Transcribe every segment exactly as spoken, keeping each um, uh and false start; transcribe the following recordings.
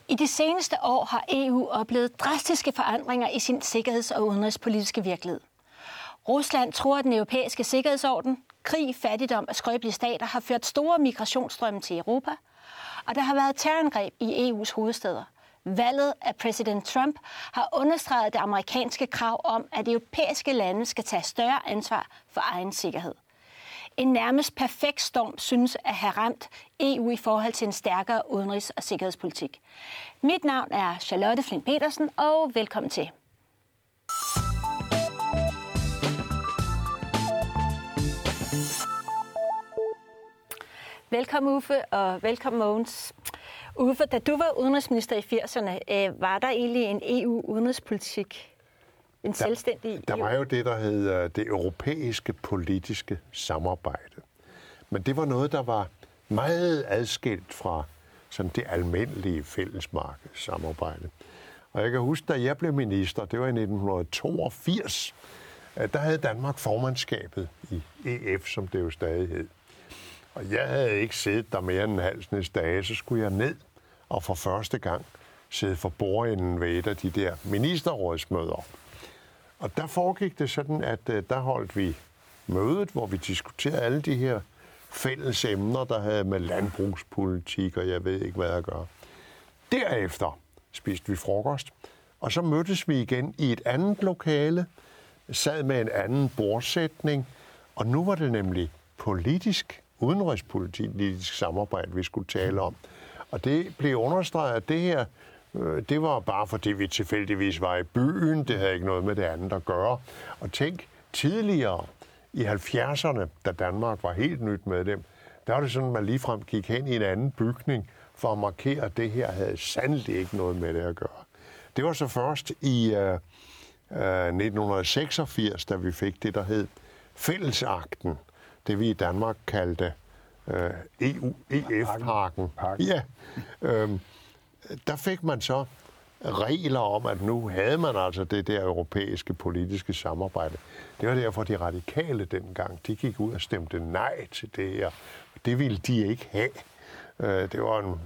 I de seneste år har E U oplevet drastiske forandringer i sin sikkerheds- og udenrigspolitiske virkelighed. Rusland truer den europæiske sikkerhedsorden. Krig, fattigdom og skrøbelige stater har ført store migrationsstrømme til Europa. Og der har været terrorangreb i E U's hovedstæder. Valget af præsident Trump har understreget det amerikanske krav om, at europæiske lande skal tage større ansvar for egen sikkerhed. En nærmest perfekt storm synes at have ramt E U i forhold til en stærkere udenrigs- og sikkerhedspolitik. Mit navn er Charlotte Flint Petersen, og velkommen til. Velkommen Uffe, og velkommen Mogens. Uffe, da du var udenrigsminister i firserne, var der egentlig en E U-udenrigspolitik? En der, selvstændig Der var jo det, der hed det europæiske politiske samarbejde. Men det var noget, der var meget adskilt fra sådan det almindelige fællesmarkedssamarbejde. Og jeg kan huske, da jeg blev minister, det var i nitten toogfirs, der havde Danmark formandskabet i E F, som det jo stadig hed. Og jeg havde ikke siddet der mere end en halv snes dage, så skulle jeg ned og for første gang sidde for bordenden ved et af de der ministerrådsmøder. Og der foregik det sådan, at der holdt vi mødet, hvor vi diskuterede alle de her fælles emner, der havde med landbrugspolitik, og jeg ved ikke, hvad jeg gør. Derefter spiste vi frokost, og så mødtes vi igen i et andet lokale, sad med en anden bordsætning, og nu var det nemlig politisk, udenrigspolitisk samarbejde, vi skulle tale om. Og det blev understreget, at det her, det var bare fordi vi tilfældigvis var i byen, det havde ikke noget med det andet at gøre. Og tænk, tidligere i halvfjerdserne, da Danmark var helt nyt medlem, der var det sådan, at man ligefrem gik hen i en anden bygning for at markere, at det her havde sandelig ikke noget med det at gøre. Det var så først i uh, uh, nitten seksogfirs, da vi fik det, der hed Fællesakten, det vi i Danmark kaldte uh, E U, E F-pakken. Ja, øhm, der fik man så regler om, at nu havde man altså det der europæiske politiske samarbejde. Det var derfor, de radikale dengang, de gik ud og stemte nej til det her. Det ville de ikke have. Det var en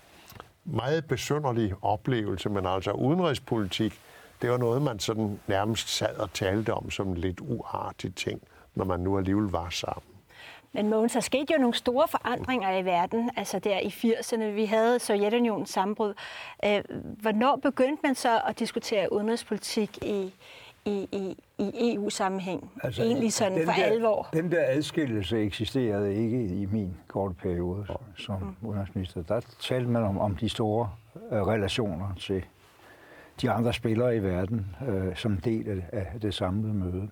meget besynderlig oplevelse, men altså udenrigspolitik, det var noget, man sådan nærmest sad og talte om som en lidt uartig ting, når man nu alligevel var sammen. Men Mogens, der skete jo nogle store forandringer i verden, altså der i firserne. Vi havde Sovjetunionens sammenbrud. Hvornår begyndte man så at diskutere udenrigspolitik i, i, i, i E U-sammenhæng? Altså, egentlig sådan for der, alvor? Den der adskillelse eksisterede ikke i min korte periode som mm. udenrigsminister. Der talte man om, om de store øh, relationer til de andre spillere i verden øh, som del af, af det samlede møde.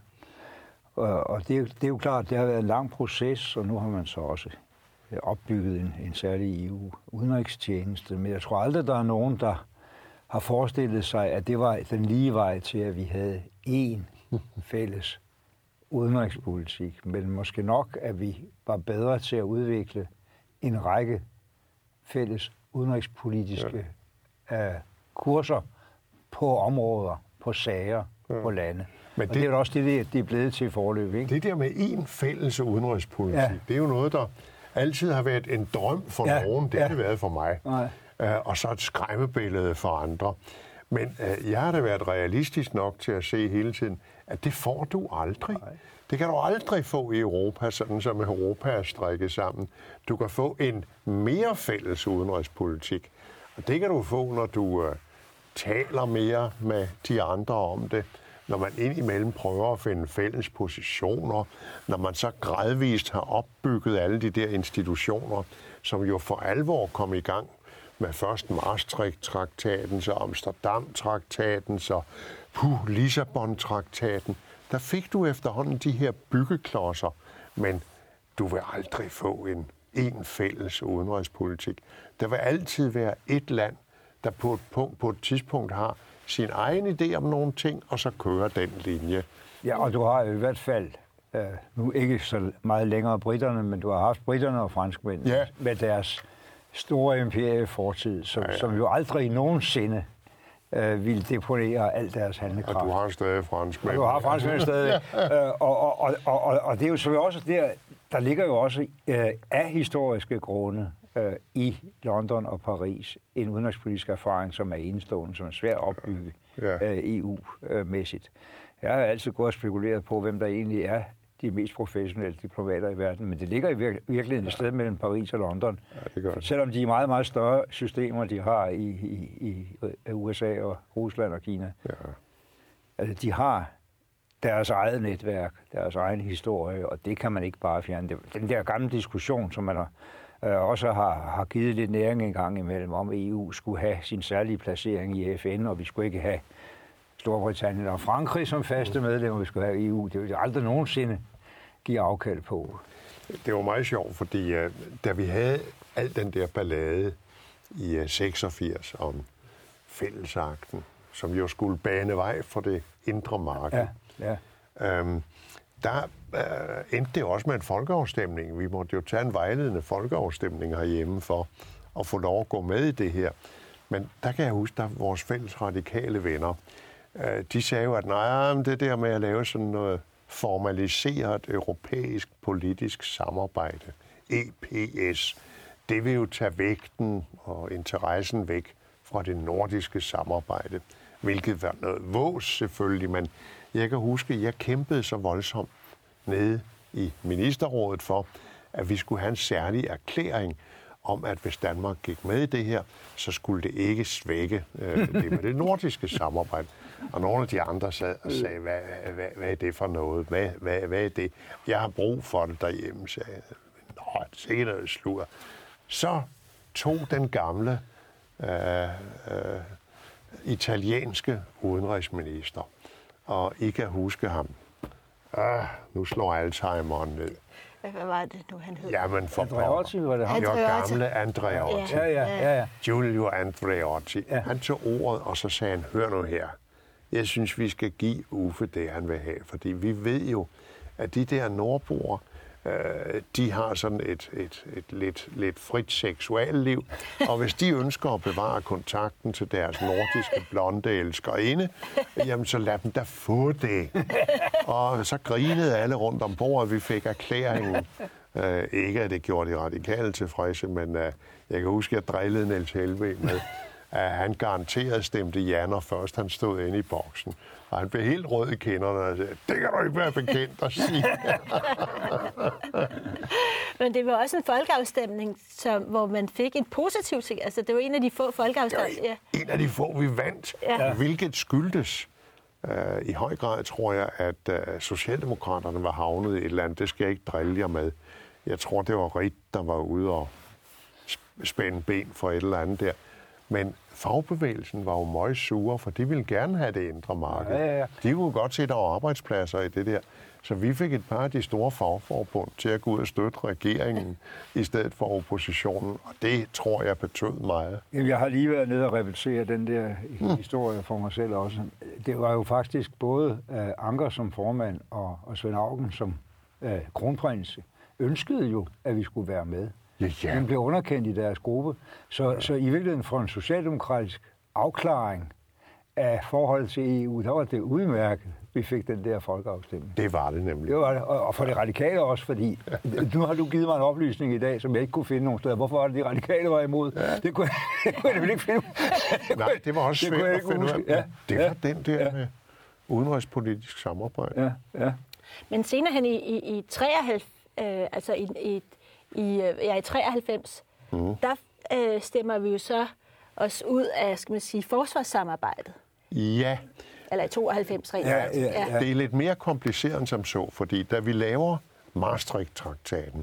Og det er, det er jo klart, det har været en lang proces, og nu har man så også opbygget en, en særlig E U-udenrigstjeneste. Men jeg tror aldrig, der er nogen, der har forestillet sig, at det var den lige vej til, at vi havde én fælles udenrigspolitik. Men måske nok, at vi var bedre til at udvikle en række fælles udenrigspolitiske ja. uh, kurser på områder, på sager, ja. på lande. Men det, og det er jo også det, det er blevet til forløb, ikke? Det der med en fælles udenrigspolitik, ja. det er jo noget, der altid har været en drøm for ja. nogen. Det har ja. det været for mig. Uh, og så et skræmmebillede for andre. Men uh, jeg har da været realistisk nok til at se hele tiden, at det får du aldrig. Nej. Det kan du aldrig få i Europa, sådan som Europa er strikket sammen. Du kan få en mere fælles udenrigspolitik. Og det kan du få, når du uh, taler mere med de andre om det. Når man indimellem prøver at finde fælles positioner, når man så gradvist har opbygget alle de der institutioner, som jo for alvor kom i gang med først Maastricht-traktaten, så Amsterdam-traktaten, så puh, Lissabon-traktaten. Der fik du efterhånden de her byggeklodser, men du vil aldrig få en, en fælles udenrigspolitik. Der vil altid være et land, der på et, punkt, på et tidspunkt har sin egen idé om nogle ting, og så kører den linje. Ja, og du har i hvert fald, øh, nu ikke så meget længere britterne, men du har haft britterne og franskmændene ja. med deres store imperiefortid, som, ja, ja. som jo aldrig nogensinde øh, ville deponere al deres handlekraft. Og du har stadig franskmænd. Og du har franskmænd stadig. ja. øh, og, og, og, og, og det er jo så også der, der ligger jo også øh, af historiske grunde øh, i London og Paris en udenrigspolitisk erfaring, som er enestående, som er svær at opbygge ja. øh, E U-mæssigt. Jeg har altid gået og spekuleret på, hvem der egentlig er de mest professionelle diplomater i verden, men det ligger i vir- virkeligheden et sted mellem Paris og London. Ja, det gør det. Selvom de er meget, meget større systemer, de har i, i, i U S A og Rusland og Kina. Ja. Altså, de har deres eget netværk, deres egen historie, og det kan man ikke bare fjerne. Den der gamle diskussion, som man har, øh, også har, har givet lidt næring en gang imellem, om E U skulle have sin særlige placering i F N, og vi skulle ikke have Storbritannien og Frankrig som faste medlemmer, vi skulle have E U. Det vil aldrig nogensinde give afkald på. Det var meget sjovt, fordi uh, da vi havde al den der ballade i uh, seksogfirs om fællesakten, som jo skulle bane vej for det indre marked, ja, ja. Øhm, der uh, endte det også med en folkeafstemning. Vi måtte jo tage en vejledende folkeafstemning herhjemme for at få lov at gå med i det her. Men der kan jeg huske, at vores fælles radikale venner, de sagde jo, at nej, det der med at lave sådan noget formaliseret europæisk politisk samarbejde, E P S, det vil jo tage vægten og interessen væk fra det nordiske samarbejde, hvilket var noget vås selvfølgelig, men jeg kan huske, at jeg kæmpede så voldsomt nede i ministerrådet for, at vi skulle have en særlig erklæring om, at hvis Danmark gik med i det her, så skulle det ikke svække øh, det med det nordiske samarbejde. Og nogle af de andre sad og sagde, hvad, hvad, hvad er det for noget? Hvad, hvad, hvad er det? Jeg har brug for det derhjemme, sagde jeg. Nå, det er noget slur. Så tog den gamle øh, øh, italienske udenrigsminister, og I kan huske ham. Ah, nu slår Alzheimeren ned. Hvad var det nu, han hed? Jamen, for Andreotti var det ham. Det var gamle Andreotti. Ja, ja, ja, ja. Giulio Andreotti. Ja. Han tog ordet, og så sagde han, hør nu her. Jeg synes, vi skal give Uffe det, han vil have. Fordi vi ved jo, at de der nordboer, øh, de har sådan et, et, et lidt, lidt frit seksualliv. Og hvis de ønsker at bevare kontakten til deres nordiske blonde elskerinde, jamen så lad dem da få det. Og så grinede alle rundt om bordet, vi fik erklæringen. Uh, ikke at det gjorde de radikale tilfredse, men uh, jeg kan huske, at jeg drillede Niels Helveg med, at han garanteret stemte ja, når først han stod inde i boksen. Og han blev helt rød i kinderne og sagde, det kan du ikke være bekendt at sige. Men det var også en folkeafstemning, som, hvor man fik en positiv ting. Altså, det var en af de få folkeafstemninger. Ja. En af de få, vi vandt. Ja. Hvilket skyldtes. Uh, I høj grad tror jeg, at uh, Socialdemokraterne var havnet i et eller andet. Det skal jeg ikke drille jer med. Jeg tror, det var Ritt, der var ude og spænde ben for et eller andet der. Men fagbevægelsen var jo meget sure, for de ville gerne have det indre marked. Ja, ja, ja. De kunne godt se, der var arbejdspladser i det der. Så vi fik et par af de store fagforbund til at gå ud og støtte regeringen i stedet for oppositionen, og det tror jeg betød meget. Jeg har lige været nede og repetere den der hmm. historie for mig selv også. Det var jo faktisk både uh, Anker som formand og, og Svend Auken som uh, kronprins ønskede jo, at vi skulle være med. Ja, ja. Den blev underkendt i deres gruppe. Så, ja. så i virkeligheden for en socialdemokratisk afklaring af forholdet til E U, der var det udmærket, vi fik den der folkeafstemning. Det var det nemlig. Det var det, og for det radikale også, fordi nu har du givet mig en oplysning i dag, som jeg ikke kunne finde nogen steder. Hvorfor var det, de radikale var imod? Ja. Det kunne jeg, det kunne jeg ikke finde. Det Nej, det var også svært at finde ud af. Ja. Det var ja. den der ja. med udenrigspolitisk samarbejde. Ja, ja. Men senere hen i, i, i treoghalvfems, øh, altså i, i, i, ja, i treoghalvfems, mm. der øh, stemmer vi jo så os ud af, skal man sige, forsvarssamarbejdet. Ja. Eller i tooghalvfems rent. Ja, ja, ja. Det er lidt mere kompliceret end som så, fordi da vi laver Maastricht-traktaten,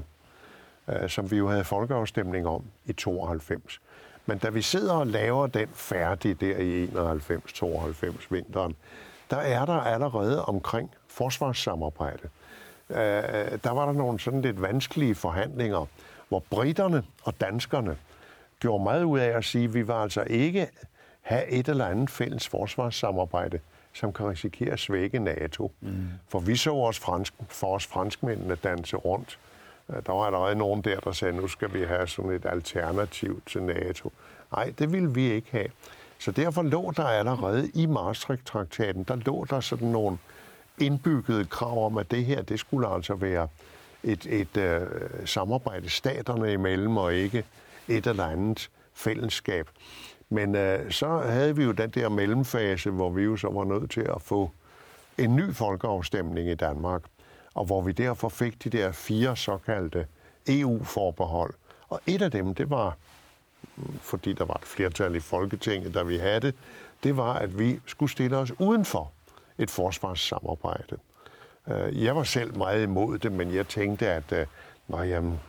øh, som vi jo havde folkeafstemning om i tooghalvfems, men da vi sidder og laver den færdig der i enoghalvfems tooghalvfems vinteren, der er der allerede omkring forsvarssamarbejde. Øh, der var der nogle sådan lidt vanskelige forhandlinger, hvor britterne og danskerne gjorde meget ud af at sige, at vi var altså ikke have et eller andet fælles forsvarssamarbejde, som kan risikere at svække NATO. Mm. For vi så os, fransk, for os franskmændene danse rundt. Der var allerede nogen der, der sagde, nu skal vi have sådan et alternativ til NATO. Nej, det ville vi ikke have. Så derfor lå der allerede i Maastricht-traktaten, der lå der sådan nogle indbyggede krav om, at det her, det skulle altså være et, et uh, samarbejde staterne imellem, og ikke et eller andet fællesskab. Men øh, så havde vi jo den der mellemfase, hvor vi jo så var nødt til at få en ny folkeafstemning i Danmark, og hvor vi derfor fik de der fire såkaldte E U-forbehold. Og et af dem, det var, fordi der var et flertal i Folketinget, da vi havde det, det var, at vi skulle stille os uden for et forsvarssamarbejde. Jeg var selv meget imod det, men jeg tænkte, at nej, jamen,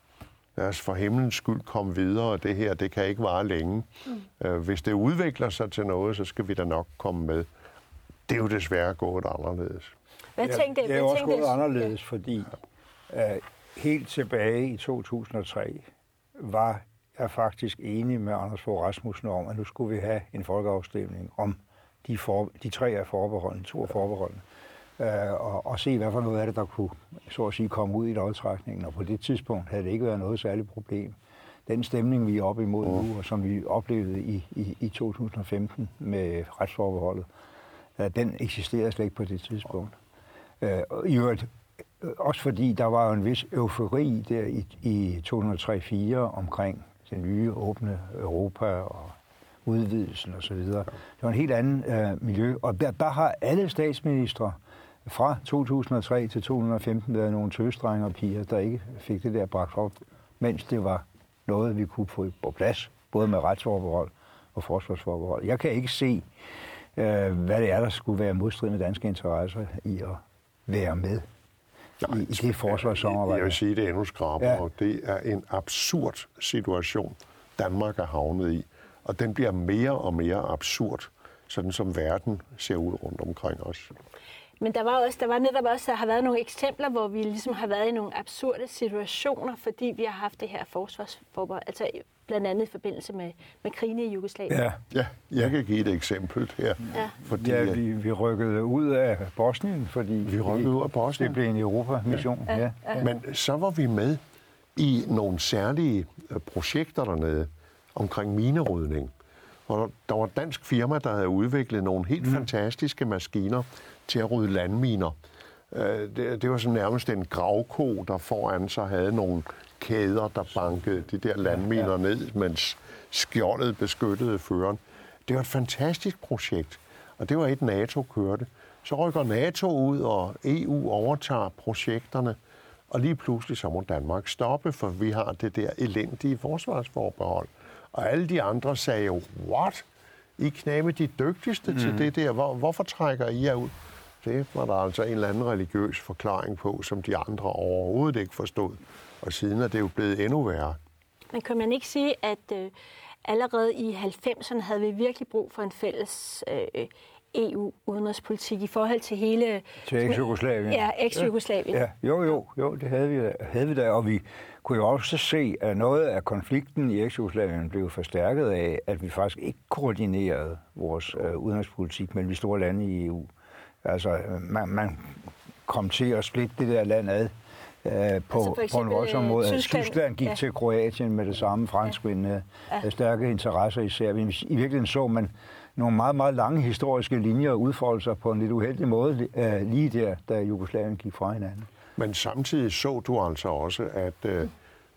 lad os for himlens skyld komme videre, det her, det kan ikke vare længe. Mm. Hvis det udvikler sig til noget, så skal vi da nok komme med. Det er jo desværre gået anderledes. Hvad tænkte Det er jo også gået anderledes, fordi uh, helt tilbage i to tusind og tre var jeg faktisk enig med Anders Fogh Rasmussen om, at nu skulle vi have en folkeafstemning om de, for, de tre af forbeholdene, to af forbeholdene, uh, og, og se, hvad for noget af det, der kunne så at sige, komme ud i lodtrækningen. Og på det tidspunkt havde det ikke været noget særligt problem. Den stemning, vi er oppe imod nu, og som vi oplevede i, i, i to tusind og femten med retsforbeholdet, uh, den eksisterede slet ikke på det tidspunkt. Uh, I øvrigt, også fordi der var en vis eufori der i, i to tusind og tre fire omkring det nye åbne Europa og udvidelsen osv. Det var en helt anden uh, miljø, og der, der har alle statsministre fra to tusind og tre til to tusind og femten været nogle tøsdrenge og piger, der ikke fik det der bragt op, mens det var noget, vi kunne få på plads, både med retsforbehold og forsvarsforbehold. Jeg kan ikke se, uh, hvad det er, der skulle være modstrid med danske interesser i at være med i, i det forsvarssamarbejde. Jeg vil sige det endnu skrabere, ja. Og det er en absurd situation, Danmark er havnet i. Og den bliver mere og mere absurd, sådan som verden ser ud rundt omkring os. Men der var, også, der var netop også, der har været nogle eksempler, hvor vi ligesom har været i nogle absurde situationer, fordi vi har haft det her forsvarsforbehold, altså blandt andet i forbindelse med, med krigen i Jugoslavien. Ja, ja, jeg kan give et eksempel her. Ja, fordi, ja vi, vi rykkede ud af Bosnien, fordi vi rykkede ud af Bosnien. Det blev en Europa-mission. Ja. Ja. Ja. Men så var vi med i nogle særlige projekter dernede omkring minerydning. Og der var et dansk firma, der havde udviklet nogle helt mm. fantastiske maskiner til at rydde landminer. Det, det var sådan nærmest en gravko, der foran sig havde nogle kæder, der bankede de der landminer ja. ned, mens skjoldet beskyttede føreren. Det var et fantastisk projekt, og det var et NATO kørte. Så rykker NATO ud, og E U overtager projekterne, og lige pludselig så må Danmark stoppe, for vi har det der elendige forsvarsforbehold. Og alle de andre sagde jo, what? I knæme de dygtigste mm. til det der. Hvor, hvorfor trækker I jer ud? Det var der altså en eller anden religiøs forklaring på, som de andre overhovedet ikke forstod. Og siden er det jo blevet endnu værre. Men kan man ikke sige, at øh, allerede i halvfemserne havde vi virkelig brug for en fælles øh, E U-udenrigspolitik i forhold til hele... Til eks-Jugoslavien. Ja, eks-Jugoslavien. Ja, jo, jo, jo, det havde vi, havde vi da, og vi kunne jo også se, at noget af konflikten i eks-Jugoslavien blev forstærket af, at vi faktisk ikke koordinerede vores øh, udenrigspolitik mellem de store lande i E U. Altså, man, man kom til at splitte det der land ad øh, på, altså eksempel, på en voldsom måde. Tyskland, Tyskland gik ja. til Kroatien med det samme, franskmændene ja. ja. stærke interesser i Serbien. I virkeligheden så man nogle meget, meget lange historiske linjer udfolde sig på en lidt uheldig måde øh, lige der, da Jugoslavien gik fra hinanden. Men samtidig så du altså også, at øh,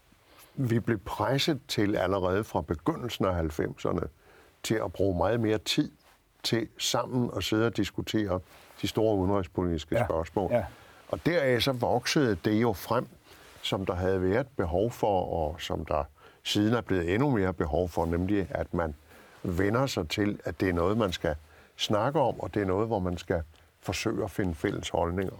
vi blev presset til allerede fra begyndelsen af halvfemserne til at bruge meget mere tid til sammen at sidde og diskutere de store udenrigspolitiske ja. spørgsmål. Ja. Og deraf så voksede det jo frem, som der havde været behov for, og som der siden er blevet endnu mere behov for, nemlig at man vender sig til, at det er noget, man skal snakke om, og det er noget, hvor man skal forsøge at finde fælles holdninger.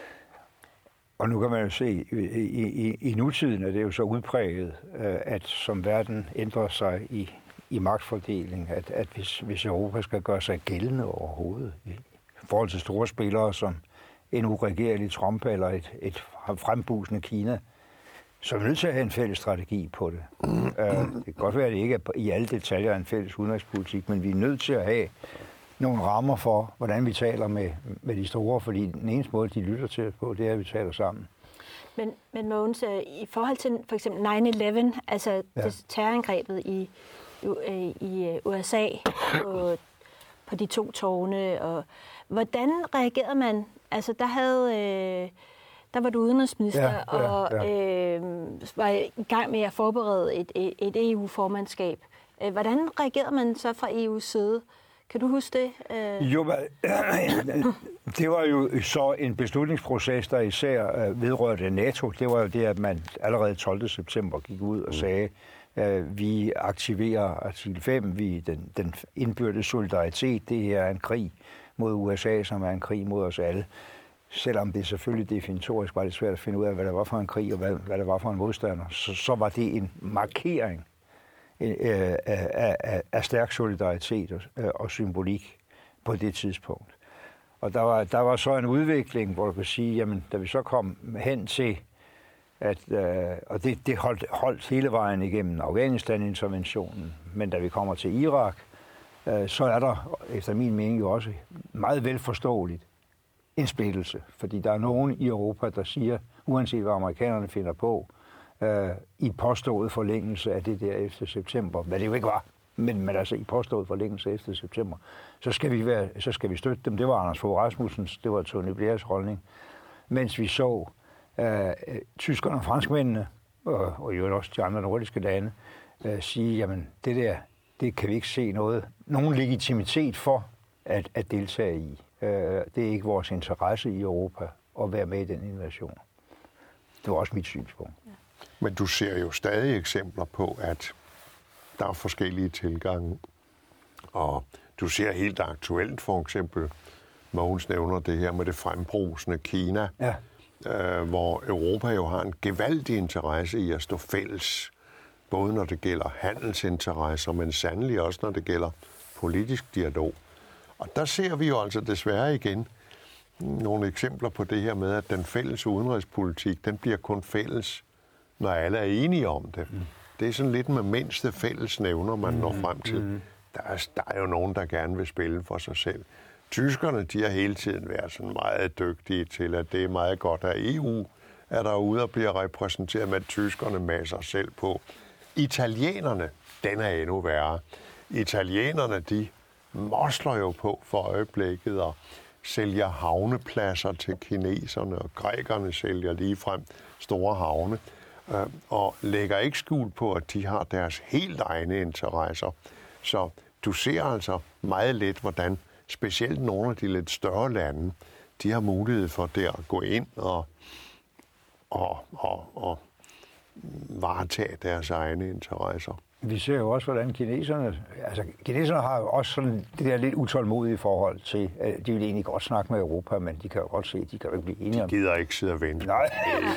Og nu kan man jo se, i, i, i nutiden er det jo så udpræget, at som verden ændrer sig i, i magtfordeling, at, at hvis, hvis Europa skal gøre sig gældende overhovedet, i forhold til store spillere som en uregerlig Trump eller et, et frembusende Kina, så er vi nødt til at have en fælles strategi på det. Uh, det kan godt være, at det ikke er i alle detaljer en fælles udenrigspolitik, men vi er nødt til at have nogle rammer for, hvordan vi taler med, med de store, fordi den eneste måde, de lytter til på, det er, at vi taler sammen. Men, men Mogens, i forhold til for eksempel nine eleven, altså ja. det terrorangrebet i, i, i U S A på, på de to tårne, og hvordan reagerede man? Altså, der havde... Øh, der var du udenrigsminister, ja, ja, og ja. Øh, var i gang med at forberede et, et E U-formandskab. Hvordan reagerede man så fra E U's side? Kan du huske det? Øh... Jo, det var jo så en beslutningsproces, der især vedrørte NATO. Det var jo det, at man allerede tolvte september gik ud og sagde, at vi aktiverer artikel fem, vi den, den indbyrdes solidaritet. Det her er en krig mod U S A, som er en krig mod os alle. Selvom det selvfølgelig definitorisk var det svært at finde ud af, hvad det var for en krig og hvad, hvad det var for en modstander, så, så var det en markering af, af, af, af stærk solidaritet og, og symbolik på det tidspunkt. Og der var, der var så en udvikling, hvor du kan sige, jamen, da vi så kom hen til, at, øh, og det, det holdt, holdt hele vejen igennem Afghanistan-interventionen, men da vi kommer til Irak, øh, så er der, efter min mening jo også meget velforståeligt, en splittelse. Fordi der er nogen i Europa, der siger, uanset hvad amerikanerne finder på, øh, i påstået forlængelse af det der ellevte september, hvad det jo ikke var, men, men altså i påstået forlængelse af ellevte september, så skal vi, være, så skal vi støtte dem. Det var Anders Fogh Rasmussens, det var Tony Blairs holdning. Mens vi så øh, tyskerne og franskmændene, og, og jo også de andre nordiske lande, øh, sige, jamen det der, det kan vi ikke se noget, nogen legitimitet for at, at deltage i. Øh, det er ikke vores interesse i Europa at være med i den invasion. Det var også mit synspunkt. Ja. Men du ser jo stadig eksempler på, at der er forskellige tilgange. Og du ser helt aktuelt for eksempel, Mogens nævner det her med det frembrusende Kina, ja. øh, hvor Europa jo har en gevaldig interesse i at stå fælles, både når det gælder handelsinteresser, men sandelig også når det gælder politisk dialog. Og der ser vi jo altså desværre igen nogle eksempler på det her med, at den fælles udenrigspolitik, den bliver kun fælles, når alle er enige om det. Mm. Det er sådan lidt med mindste fælles nævner, man mm. når frem til. Mm. Der, er, der er jo nogen, der gerne vil spille for sig selv. Tyskerne, de har hele tiden været sådan meget dygtige til, at det er meget godt, at E U er derude og bliver repræsenteret med, at tyskerne masser selv på. Italienerne, den er endnu værre. Italienerne, de mosler jo på for øjeblikket og sælger havnepladser til kineserne, og grækerne sælger ligefrem store havne, øh, og lægger ikke skjul på, at de har deres helt egne interesser. Så du ser altså meget lidt, hvordan specielt nogle af de lidt større lande, de har mulighed for der at gå ind og, og, og, og varetage deres egne interesser. Vi ser jo også, hvordan kineserne... Altså, kineserne har jo også sådan det der lidt utålmodige forhold til... De vil egentlig godt snakke med Europa, men de kan jo godt se, at de kan jo ikke blive enige om... De gider ikke sidde og vente. Nej,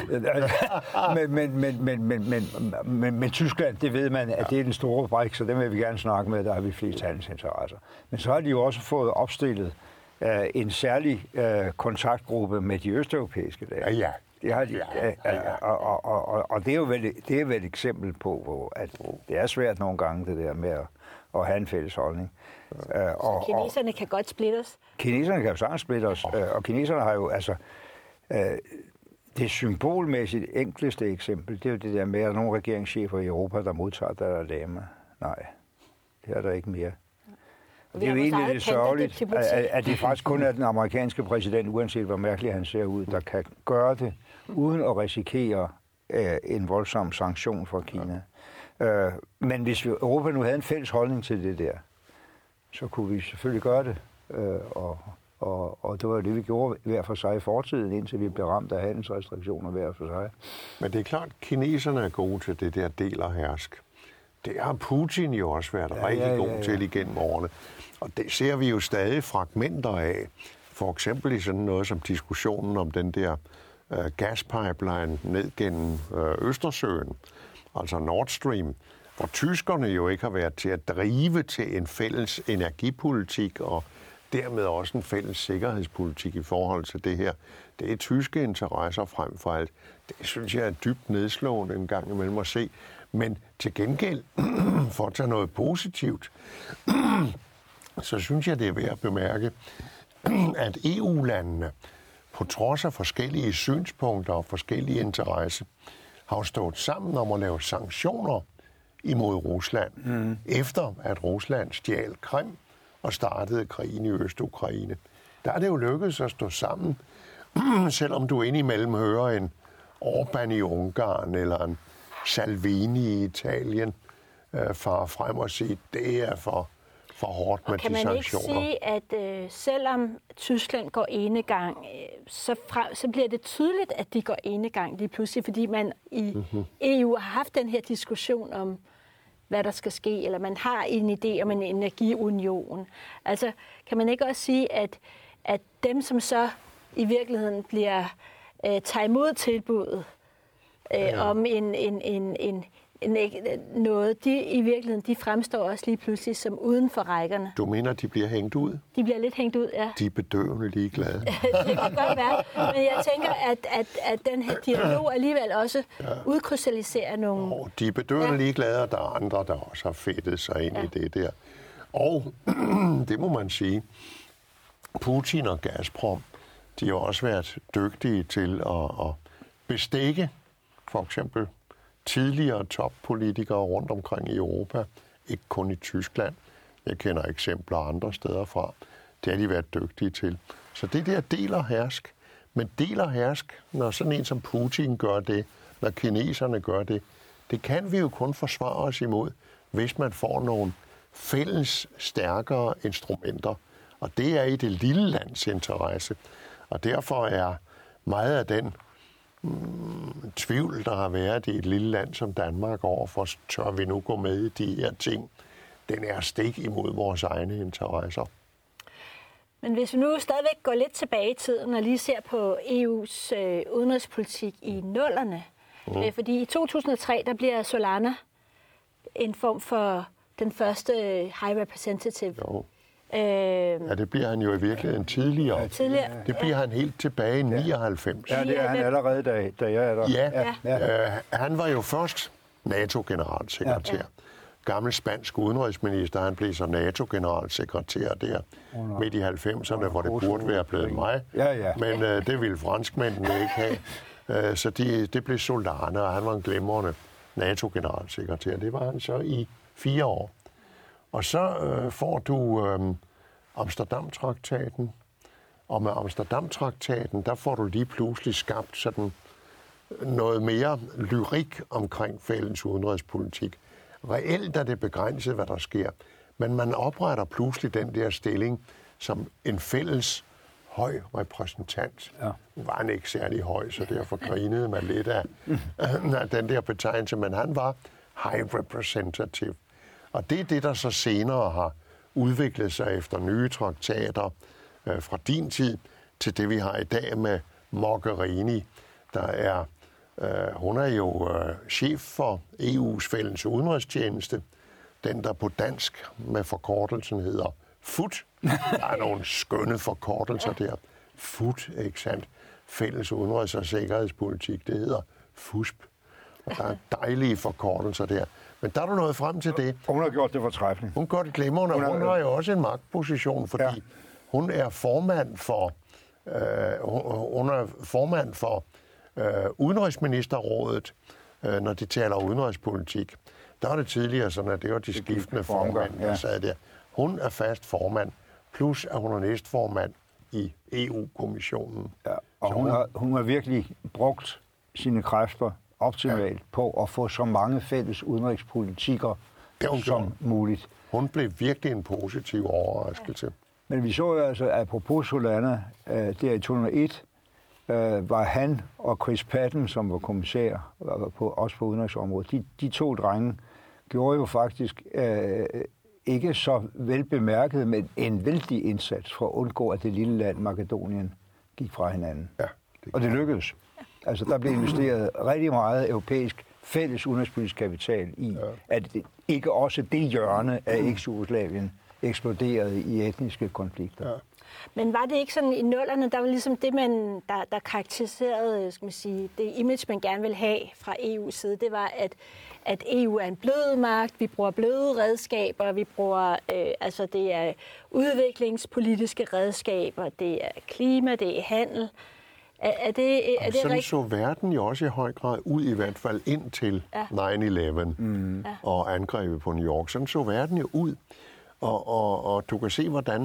men, men, men, men, men, men, men, men Tyskland, det ved man, at det er den store brik, så dem vil vi gerne snakke med, der har vi flest handelsinteresser. Men så har de jo også fået opstillet uh, en særlig uh, kontaktgruppe med de østeuropæiske lande. Ja, ja. Det har de, ja, ja, ja. Og, og, og, og det er jo vel, det er vel et eksempel på, hvor at det er svært nogle gange, det der med at, at have en fælles holdning. Så og, kineserne kan godt splitte os? Kineserne kan jo sagtens splitte os, oh. og kineserne har jo, altså, det symbolmæssigt enkleste eksempel, det er jo det der med, at nogle regeringschefer i Europa, der modtager Dalai Lama. Nej, det er der ikke mere. Det er jo egentlig lidt sørgeligt, at, at det faktisk kun er den amerikanske præsident, uanset hvor mærkelig han ser ud, der kan gøre det, uden at risikere øh, en voldsom sanktion fra Kina. Ja. Øh, men hvis vi, Europa nu havde en fælles holdning til det der, så kunne vi selvfølgelig gøre det. Øh, og, og, og det var det, vi gjorde hver for sig i fortiden, indtil vi blev ramt af handelsrestriktioner hver for sig. Men det er klart, at kineserne er gode til det der del og hersk. Det har Putin jo også været ja, rigtig ja, ja, ja. god til igennem årene. Og det ser vi jo stadig fragmenter af. For eksempel i sådan noget som diskussionen om den der øh, gaspipeline ned gennem øh, Østersøen, altså Nord Stream, hvor tyskerne jo ikke har været til at drive til en fælles energipolitik og dermed også en fælles sikkerhedspolitik i forhold til det her. Det er tyske interesser frem for alt. Det synes jeg er dybt nedslående en gang imellem at se. Men til gengæld, for at tage noget positivt, så synes jeg, det er værd at bemærke, at E U-landene, på trods af forskellige synspunkter og forskellige interesser, har stået sammen om at lave sanktioner imod Rusland, mm. efter at Rusland stjal Krim og startede krigen i Øst-Ukraine. Der er det jo lykkedes at stå sammen selvom du indimellem hører en Orbán i Ungarn eller en Salvini i Italien øh, far frem og sige, det er for, for hårdt med de sanktioner. Kan man ikke sige, at øh, selvom Tyskland går enegang, øh, så, fra, så bliver det tydeligt, at de går enegang lige pludselig, fordi man i mm-hmm. E U har haft den her diskussion om, hvad der skal ske, eller man har en idé om en energiunion. Altså, kan man ikke også sige, at, at dem, som så i virkeligheden bliver øh, tager imod tilbuddet øh, ja, ja. om en, en, en, en, en, noget, de i virkeligheden, de fremstår også lige pludselig som uden for rækkerne. Du mener, de bliver hængt ud? De bliver lidt hængt ud, ja. De er bedøvende ligeglade. Det kan godt være, men jeg tænker, at, at, at den her dialog alligevel også ja. udkrystalliserer nogle... Og de er bedøvende ja. ligeglade, og der er andre, der også har fedtet sig ind ja. i det der. Og det må man sige, Putin og Gazprom, de har også været dygtige til at, at bestikke for eksempel tidligere toppolitikere rundt omkring i Europa, ikke kun i Tyskland. Jeg kender eksempler andre steder fra. Det har de været dygtige til. Så det der deler hersk. Men deler hersk, når sådan en som Putin gør det, når kineserne gør det, det kan vi jo kun forsvare os imod, hvis man får nogle fælles stærkere instrumenter. Og det er i det lille lands interesse. Og derfor er meget af den mm, tvivl, der har været i et lille land som Danmark overfor, tør vi nu gå med i de her ting, den er stik imod vores egne interesser. Men hvis vi nu stadigvæk går lidt tilbage i tiden og lige ser på E U's øh, udenrigspolitik i nullerne, mm. øh, fordi i to tusind og tre, der bliver Solana en form for den første High Representative. Jo. Øh, ja, det bliver han jo i virkeligheden tidligere. Ja, tidligere. Det bliver ja. han helt tilbage i nioghalvfems. Ja, det er han allerede, da, da jeg er der. Ja, ja. Øh, han var jo først NATO-generalsekretær. Ja. Gammel spansk udenrigsminister, han blev så NATO-generalsekretær der oh, midt i halvfemserne, hvor det burde være blevet mig. Ja, ja. Men øh, det ville franskmændene ikke have. Øh, så de, det blev Solana, og han var en glimrende NATO-generalsekretær. Det var han så i fire år. Og så øh, får du øh, Amsterdam-traktaten, og med Amsterdam-traktaten, der får du lige pludselig skabt sådan noget mere lyrik omkring fælles udenrigspolitik. Reelt er det begrænset, hvad der sker, men man opretter pludselig den der stilling som en fælles høj repræsentant. Ja. Nu var han ikke særlig høj, så derfor grinede man lidt af, af den der betegnelse, men han var high representative. Og det er det, der så senere har udviklet sig efter nye traktater øh, fra din tid til det, vi har i dag med Mogherini, der er øh, hun er jo øh, chef for E U's fælles udenrigstjeneste, den der på dansk med forkortelsen hedder F U T. Der er nogle skønne forkortelser der. F U T, ikke sandt? Fælles udenrigs- og sikkerhedspolitik, det hedder F U S P. Og der er dejlige forkortelser der. Men der er du nået frem til det. Hun har gjort det fortræffeligt. Hun gør det glimrende, og hun har jo også en magtposition, fordi ja. hun er formand for, øh, hun er formand for øh, Udenrigsministerrådet, øh, når de taler udenrigspolitik. Der var det tidligere sådan, at det var de skiftende formand, der sad der. Hun er fast formand, plus at hun er næstformand i E U-kommissionen. Ja, og hun, hun, har, hun har virkelig brugt sine kræfter optimalt ja. på at få så mange fælles udenrigspolitikker som gjorde. muligt. Hun blev virkelig en positiv overraskelse. Men vi så jo altså, apropos Solana, øh, der i to tusind og et, øh, var han og Chris Patten, som var kommissær, på, også på udenrigsområdet, de, de to drenge gjorde jo faktisk øh, ikke så velbemærket, men en vældig indsats for at undgå, at det lille land Makedonien gik fra hinanden. Ja, det og det lykkedes. Altså, der blev investeret rigtig meget europæisk fælles udenrigspolitisk kapital i, ja. at det, ikke også det hjørne af eks-Jugoslavien eksploderede i etniske konflikter. Ja. Men var det ikke sådan i nullerne, der var ligesom det, man, der, der karakteriserede, skal man sige, det image, man gerne vil have fra E U's side, det var, at, at E U er en blød magt, vi bruger bløde redskaber, vi bruger, øh, altså det er udviklingspolitiske redskaber, det er klima, det er handel. Er, er det, er og det sådan rigt... så verden jo også i høj grad ud, i hvert fald indtil ja. nine eleven mm. og angrebet på New York. Sådan så verden jo ud. Og, og, og du kan se, hvordan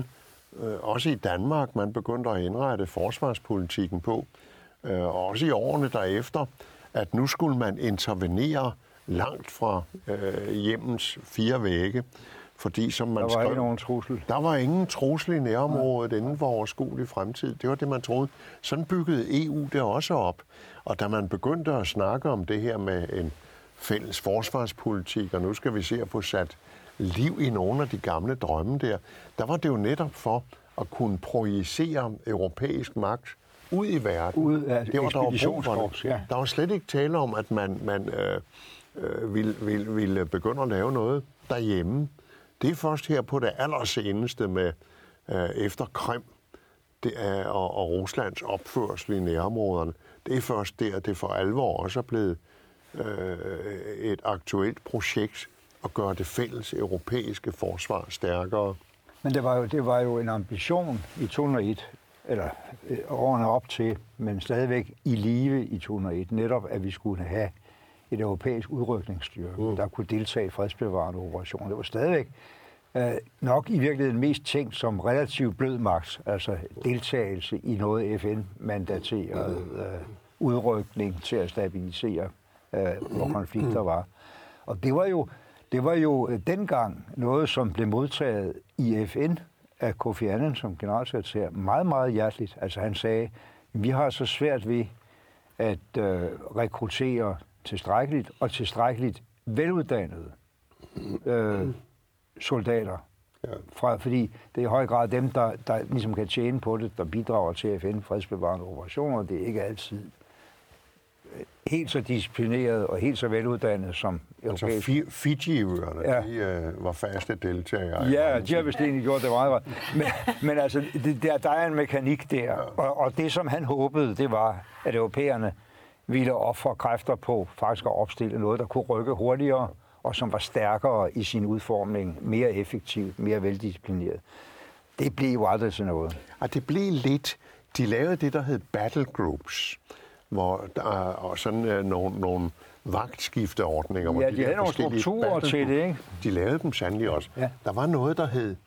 øh, også i Danmark, man begyndte at indrette forsvarspolitikken på, øh, og også i årene derefter, at nu skulle man intervenere langt fra øh, hjemmens fire vægge, fordi som man der var skrev, ikke nogen trussel. Der var ingen trussel i nærområdet ja. inden for overskuelig fremtid. Det var det, man troede. Sådan byggede E U det også op. Og da man begyndte at snakke om det her med en fælles forsvarspolitik, og nu skal vi se at få sat liv i nogle af de gamle drømme der, der var det jo netop for at kunne projicere europæisk magt ud i verden. Ud af det var der, var ja. der var slet ikke tale om, at man, man øh, øh, ville, ville, ville begynde at lave noget derhjemme. Det er først her på det allerseneste med øh, efter Krim det er, og, og Ruslands opførsel i nærområderne. Det er først der, det for alvor også er blevet øh, et aktuelt projekt at gøre det fælles europæiske forsvar stærkere. Men det var jo, det var jo en ambition i to tusind og et, eller øh, årene op til, men stadigvæk i live i to tusind og et, netop at vi skulle have et europæisk udrykningsstyrke, mm. der kunne deltage i fredsbevarende operationer. Det var stadigvæk øh, nok i virkeligheden mest tænkt som relativt blød magt, altså deltagelse i noget F N-mandateret øh, udrykning til at stabilisere, øh, hvor konflikter var. Og det var jo det var jo øh, dengang noget, som blev modtaget i F N af Kofi Annan som generalsekretær meget, meget hjerteligt. Altså han sagde, vi har så svært ved at øh, rekruttere tilstrækkeligt og tilstrækkeligt veluddannede øh, soldater. Ja. Fra, fordi det er i høj grad dem, der, der ligesom kan tjene på det, der bidrager til F N fredsbevarende operationer. Det er ikke altid helt så disciplineret og helt så veluddannet som europæisk. Altså Fiji-øerne, ja. de øh, var faste deltagere. Ja, de har vist egentlig gjort det meget godt. Men, men altså, det, der, der er en mekanik der, ja. og, og det som han håbede, det var, at europæerne ville ofre kræfter på faktisk at opstille noget, der kunne rykke hurtigere, og som var stærkere i sin udformning, mere effektivt, mere veldisciplineret. Det blev jo aldrig til noget. Og det blev lidt. De lavede det, der hed battle groups, hvor der og sådan uh, nogle, nogle vagtskifteordninger. Ja, de, de havde nogle strukturer til det, ikke? De lavede dem sandelig også. Ja. Der var noget, der hed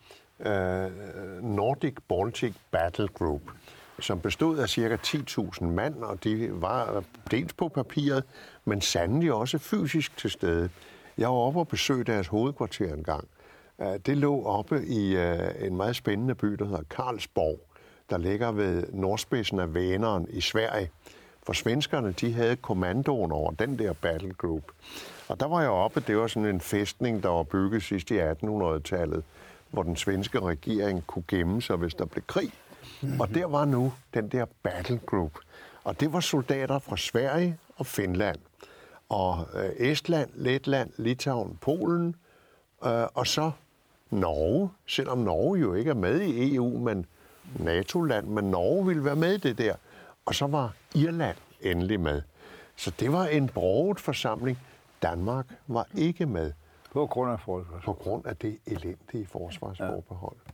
uh, Nordic Baltic Battle Group, som bestod af cirka ti tusind mand, og de var dels på papiret, men sandelig også fysisk til stede. Jeg var oppe og besøgte deres hovedkvarter en gang. Det lå oppe i en meget spændende by, der hedder Karlsborg, der ligger ved nordspidsen af Vänern i Sverige. For svenskerne, de havde kommandoen over den der battle group. Og der var jeg oppe, det var sådan en fæstning, der var bygget sidst i attenhundredetallet, hvor den svenske regering kunne gemme sig, hvis der blev krig. Mm-hmm. Og der var nu den der battle group. Og det var soldater fra Sverige og Finland. Og øh, Estland, Letland, Litauen, Polen, øh, og så Norge. Selvom Norge jo ikke er med i E U, men NATO-land, men Norge ville være med i det der. Og så var Irland endelig med. Så det var en broget forsamling. Danmark var ikke med. På grund af forsvarsforbehold. På grund af det elendige forsvarsforbehold. Ja.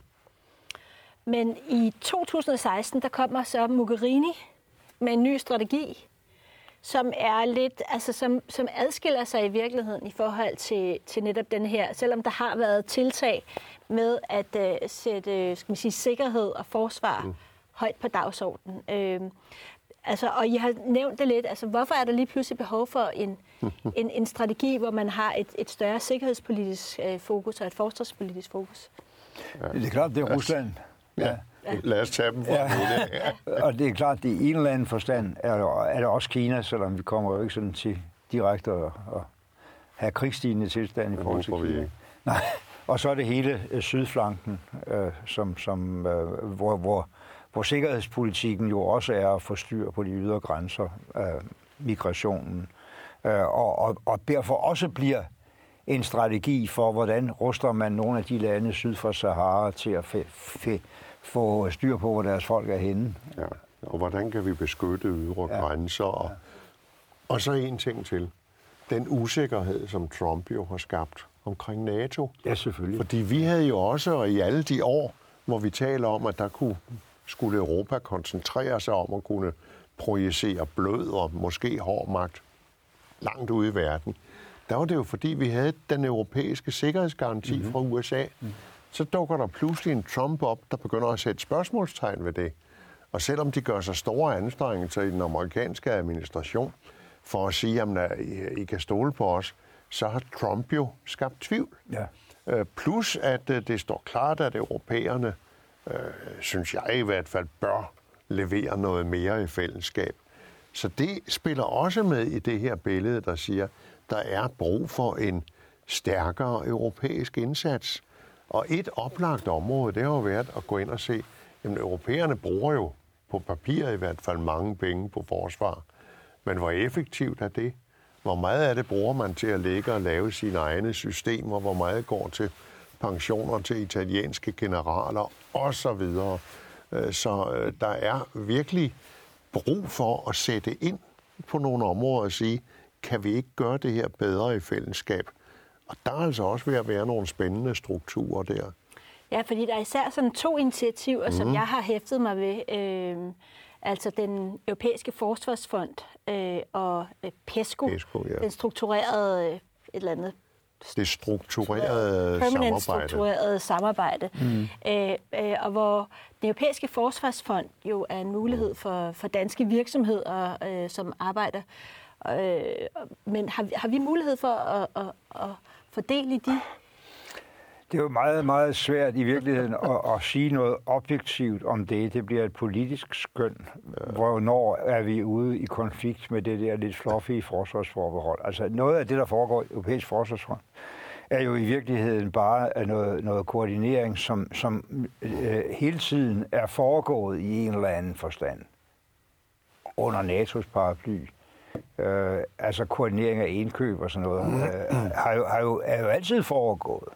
Men i to tusind og seksten, der kommer så Mogherini med en ny strategi, som er lidt, altså som, som adskiller sig i virkeligheden i forhold til, til netop den her, selvom der har været tiltag med at uh, sætte, skal man sige, sikkerhed og forsvar mm. højt på dagsordenen. Øh, altså, og I har nævnt det lidt, altså hvorfor er der lige pludselig behov for en, en, en strategi, hvor man har et, et større sikkerhedspolitisk øh, fokus og et forsvarspolitisk fokus? Ja. Det er klart, det er Rusland. Ja. Ja. Lad os tage dem fra ja. det. Ja. Og det er klart, det i en eller anden forstand er det, er det også Kina, selvom vi kommer jo ikke sådan til direkte at, at have krigsstignende tilstand i forhold til Kina. Nej. Og så er det hele øh, sydflanken, øh, som, som, øh, hvor, hvor, hvor sikkerhedspolitikken jo også er at få styr på de ydre grænser, øh, migrationen, øh, og, og, og derfor også bliver en strategi for, hvordan ruster man nogle af de lande syd for Sahara til at f- f- få styr på, hvor deres folk er henne. Ja, og hvordan kan vi beskytte ydre ja. grænser. Og, ja. og så en ting til. Den usikkerhed, som Trump jo har skabt omkring NATO. Ja, selvfølgelig. Fordi vi havde jo også i alle de år, hvor vi taler om, at der kunne, skulle Europa koncentrere sig om at kunne projicere blød og måske hård magt langt ude i verden. Der var det jo, fordi vi havde den europæiske sikkerhedsgaranti mm-hmm. fra U S A. Mm. så dukker der pludselig en Trump op, der begynder at sætte spørgsmålstegn ved det. Og selvom de gør sig store anstrengelser i den amerikanske administration for at sige, at I kan stole på os, så har Trump jo skabt tvivl. Ja. Plus at det står klart, at europæerne, øh, synes jeg i hvert fald, bør levere noget mere i fællesskab. Så det spiller også med i det her billede, der siger, der er brug for en stærkere europæisk indsats. Og et oplagt område, det har jo været at gå ind og se, at europæerne bruger jo på papir i hvert fald mange penge på forsvar. Men hvor effektivt er det? Hvor meget af det bruger man til at lægge og lave sine egne systemer? Hvor meget går til pensioner til italienske generaler osv.? Så der er virkelig brug for at sætte ind på nogle områder og sige, kan vi ikke gøre det her bedre i fællesskab? Og der er altså også ved at være nogle spændende strukturer der. Ja, fordi der er især sådan to initiativer, mm. som jeg har hæftet mig ved. Øh, altså den europæiske forsvarsfond øh, og øh, PESCO, PESCO ja. den strukturerede øh, et eller andet. Det strukturerede permanent samarbejde. strukturerede samarbejde. Mm. Øh, øh, og hvor den europæiske forsvarsfond jo er en mulighed for, for danske virksomheder, øh, som arbejder. Øh, men har, har vi mulighed for at, at, at fordele i de? Det er jo meget, meget svært i virkeligheden at, at sige noget objektivt om det. Det bliver et politisk skøn. Hvornår er vi ude i konflikt med det der lidt fluffy forsvarsforbehold? Altså noget af det, der foregår i europæisk forsvarsfond, er jo i virkeligheden bare noget, noget koordinering, som, som øh, hele tiden er foregået i en eller anden forstand under NATO's paraply. Øh, altså koordinering af indkøb og sådan noget, øh, har jo, har jo, er jo altid foregået.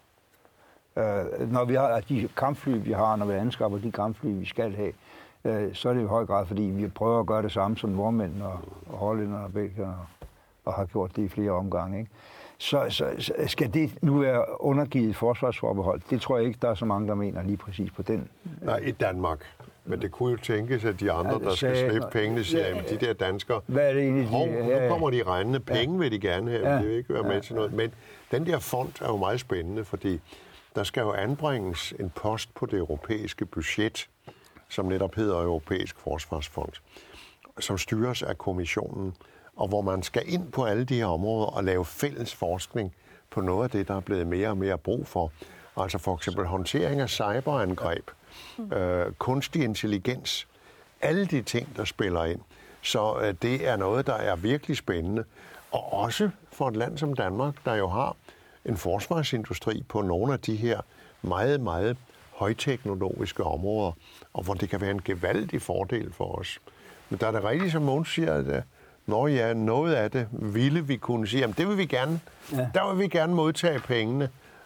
Øh, når vi har de kampfly, vi har, når vi anskaffer de kampfly, vi skal have, øh, så er det i høj grad, fordi vi prøver at gøre det samme som nordmænd og, og hollænderne og belgierne og, og har gjort det i flere omgange. Ikke? Så, så, så skal det nu være undergivet forsvarsforbehold? Det tror jeg ikke, der er så mange, der mener lige præcis på den. Nej, i Danmark. Men det kunne jo tænkes, at de andre, der skal slippe pengene, siger, at de der danskere, hvad er det egentlig, hov, nu kommer de regnende, penge vil de gerne have, ja. Det vil ikke være med til noget. Men den der fond er jo meget spændende, fordi der skal jo anbringes en post på det europæiske budget, som netop hedder Europæisk Forsvarsfond, som styres af kommissionen, og hvor man skal ind på alle de her områder og lave fælles forskning på noget af det, der er blevet mere og mere brug for. Altså for eksempel håndtering af cyberangreb, øh, kunstig intelligens, alle de ting, der spiller ind. Så øh, det er noget, der er virkelig spændende. Og også for et land som Danmark, der jo har en forsvarsindustri på nogle af de her meget, meget højteknologiske områder, og hvor det kan være en gevaldig fordel for os. Men der er det rigtigt, som Mogens siger, at når ja, noget af det ville vi kunne sige, jamen det vil vi gerne, ja. Der vil vi gerne modtage pengene.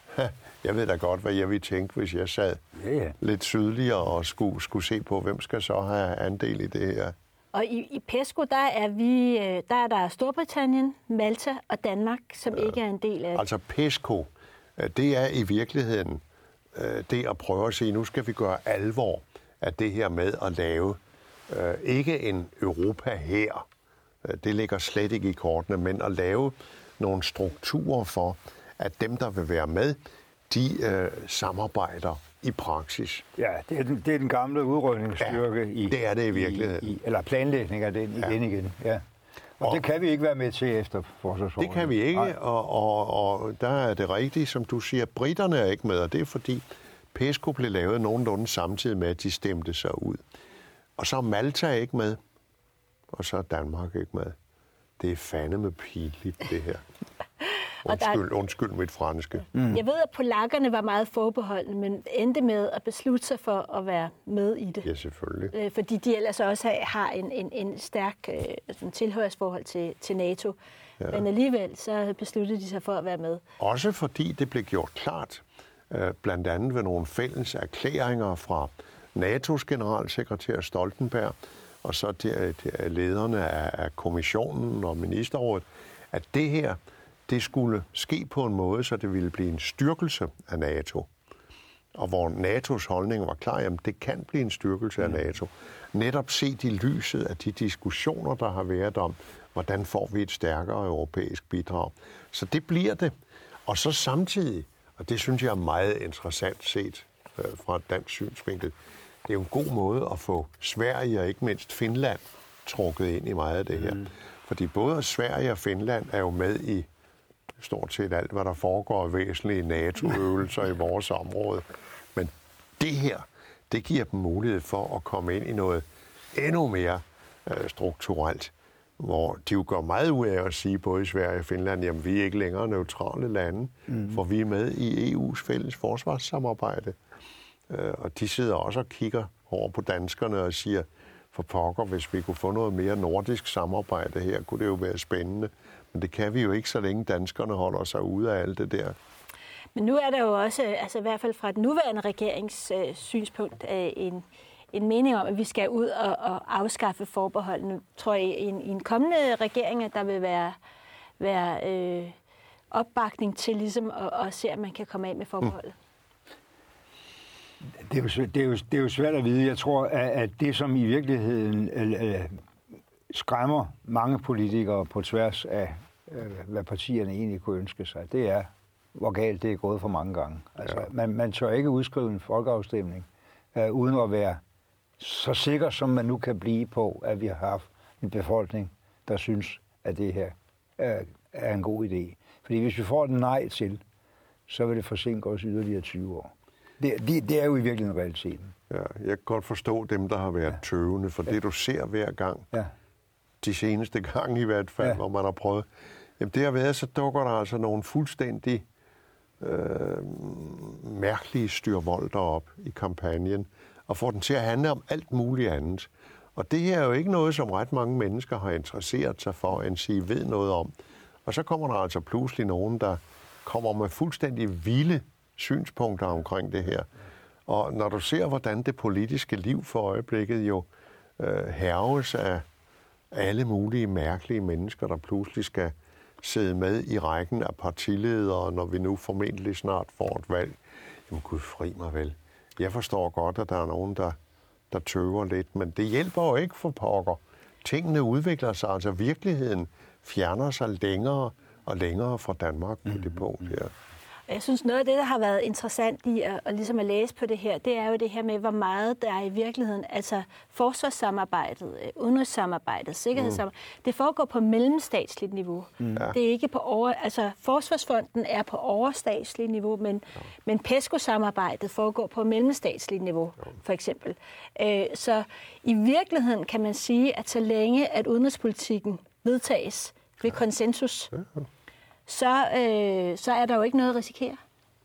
Jeg ved da godt, hvad jeg ville tænke, hvis jeg sad ja, ja. lidt sydligere og skulle, skulle se på, hvem skal så have andel i det her. Og i, i PESCO, der er, vi, der er der Storbritannien, Malta og Danmark, som ja. ikke er en del af. Altså PESCO, det er i virkeligheden det at prøve at sige, nu skal vi gøre alvor af det her med at lave ikke en Europa-hær, det ligger slet ikke i kortene, men at lave nogle strukturer for, at dem, der vil være med, de øh, samarbejder i praksis. Ja, det er den, det er den gamle udrykningsstyrke ja, i... det er det i virkeligheden. I, i, eller planlægning af den igen ja. igen, ja. Og, og det kan vi ikke være med til efter forsvarsforholdet. Det kan vi ikke, og, og, og der er det rigtigt, som du siger, britterne er ikke med, og det er fordi PESCO blev lavet nogenlunde samtidig med, at de stemte sig ud. Og så er Malta ikke med, og så er Danmark ikke med. Det er fandeme pinligt, det her. Undskyld, undskyld mit franske. Mm. Jeg ved, at polakkerne var meget forbeholdne, men endte med at beslutte sig for at være med i det. Ja, selvfølgelig. Øh, fordi de ellers også har en, en, en stærk øh, tilhørsforhold til, til NATO. Ja. Men alligevel så besluttede de sig for at være med. Også fordi det blev gjort klart, øh, blandt andet ved nogle fælles erklæringer fra NATO's generalsekretær Stoltenberg, og så til, til lederne af, af kommissionen og ministerrådet, at det her, det skulle ske på en måde, så det ville blive en styrkelse af NATO. Og hvor NATO's holdning var klar, jamen det kan blive en styrkelse af NATO. Netop set i lyset af de diskussioner, der har været om, hvordan får vi et stærkere europæisk bidrag. Så det bliver det. Og så samtidig Og det synes jeg er meget interessant set øh, fra et dansk synsvinkel. Det er jo en god måde at få Sverige og ikke mindst Finland trukket ind i meget af det her. Mm. Fordi både Sverige og Finland er jo med i stort set alt, hvad der foregår væsentlige NATO-øvelser i vores område. Men det her, det giver dem mulighed for at komme ind i noget endnu mere øh, strukturelt, hvor de jo går meget ud af at sige, både i Sverige og Finland, jamen vi er ikke længere neutrale lande, mm. for vi er med i E U's fælles forsvarssamarbejde. Øh, og de sidder også og kigger over på danskerne og siger, for pokker, hvis vi kunne få noget mere nordisk samarbejde her, kunne det jo være spændende. Men det kan vi jo ikke, så længe danskerne holder sig ude af alt det der. Men nu er der jo også, altså i hvert fald fra den nuværende regerings øh, synspunkt, øh, en, en mening om, at vi skal ud og, og afskaffe forbehold. Nu tror jeg, i en, i en kommende regering, at der vil være, være øh, opbakning til ligesom at, at se, at man kan komme af med forbeholdet. Mm. Det er, jo, det, er jo, det er jo svært at vide. Jeg tror, at, at det, som i virkeligheden øh, skræmmer mange politikere på tværs af, øh, hvad partierne egentlig kunne ønske sig, det er, hvor galt det er gået for mange gange. Altså, ja. man, man tør ikke udskrive en folkeafstemning, øh, uden at være så sikker, som man nu kan blive på, at vi har haft en befolkning, der synes, at det her er, er en god idé. Fordi hvis vi får et nej til, så vil det forsinke os yderligere tyve år. Det, det, det er jo i virkeligheden realiteten. Ja, jeg kan godt forstå dem, der har været ja. tøvende, for ja. det du ser hver gang, ja. de seneste gange i hvert fald, ja. hvor man har prøvet, jamen det har været, så dukker der altså nogle fuldstændig øh, mærkelige styrvolder op i kampagnen, og får den til at handle om alt muligt andet. Og det her er jo ikke noget, som ret mange mennesker har interesseret sig for, end sige ved noget om. Og så kommer der altså pludselig nogen, der kommer med fuldstændig vilde synspunkter omkring det her. Og når du ser, hvordan det politiske liv for øjeblikket jo øh, hærges af alle mulige mærkelige mennesker, der pludselig skal sidde med i rækken af partiledere, når vi nu formentlig snart får et valg. Jamen gud fri mig vel. Jeg forstår godt, at der er nogen, der, der tøver lidt, men det hjælper jo ikke for pokker. Tingene udvikler sig, altså virkeligheden fjerner sig længere og længere fra Danmark på det punkt her. Jeg synes, noget af det, der har været interessant i at, at, ligesom at læse på det her, det er jo det her med, hvor meget der er i virkeligheden, altså forsvarssamarbejdet, udenrigssamarbejdet, sikkerhedssamarbejdet, mm. det foregår på mellemstatsligt niveau. Mm. Det er ikke på over, altså Forsvarsfonden er på overstatsligt niveau, men, ja. men PESCO-samarbejdet foregår på mellemstatsligt niveau, ja. for eksempel. Øh, så i virkeligheden kan man sige, at så længe at udenrigspolitikken vedtages ved ja. konsensus, ja. Så, øh, så er der jo ikke noget at risikere.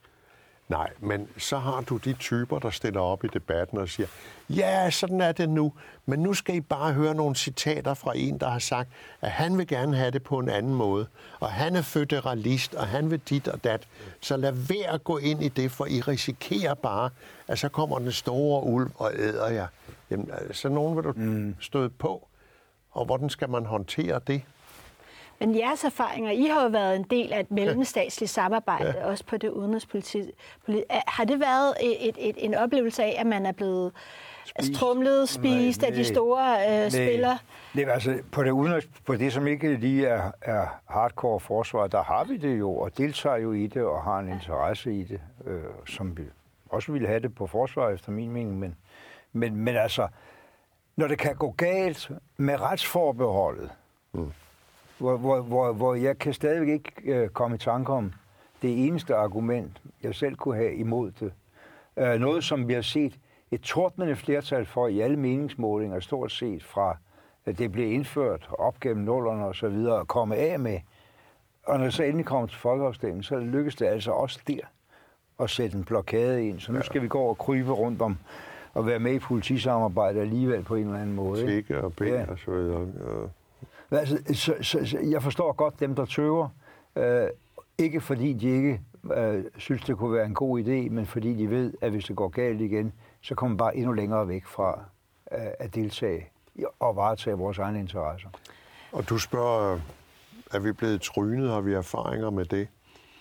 Nej, men så har du de typer, der stiller op i debatten og siger, ja, sådan er det nu, men nu skal I bare høre nogle citater fra en, der har sagt, at han vil gerne have det på en anden måde, og han er føderalist, og han vil dit og dat, så lad være at gå ind i det, for I risikerer bare, at så kommer den store ulv og æder jer. Jamen, så nogen vil du mm. støde på, og hvordan skal man håndtere det? Men jeres erfaringer, I har jo været en del af et mellemstatsligt samarbejde, ja. også på det udenrigspolitik. Har det været et, et, en oplevelse af, at man er blevet spist. trumlet, spist nej, af de store øh, spillere? Det er altså på det udenrigs, på det, som ikke lige er, er hardcore forsvar, der har vi det jo, og deltager jo i det, og har en interesse i det, øh, som vi også ville have det på forsvar, efter min mening. Men, men, men altså, når det kan gå galt med retsforbeholdet, mm. Hvor, hvor, hvor, hvor jeg kan stadigvæk ikke øh, komme i tanke om det eneste argument, jeg selv kunne have imod det. Øh, noget, som vi har set et tordnende flertal for i alle meningsmålinger, stort set fra, at det blev indført op gennem nullerne og så videre, at komme af med. Og når det så endelig kommer til folkeafstemningen, så lykkes det altså også der at sætte en blokade ind. Så nu skal vi gå og krybe rundt om og være med i politisamarbejdet alligevel på en eller anden måde. Sikke og ben og så videre. Ja. Altså, så, så, så jeg forstår godt dem, der tøver. Øh, ikke fordi de ikke øh, synes, det kunne være en god idé, men fordi de ved, at hvis det går galt igen, så kommer man bare endnu længere væk fra øh, at deltage og varetage vores egne interesser. Og du spørger, er vi blevet trynet? Har vi erfaringer med det?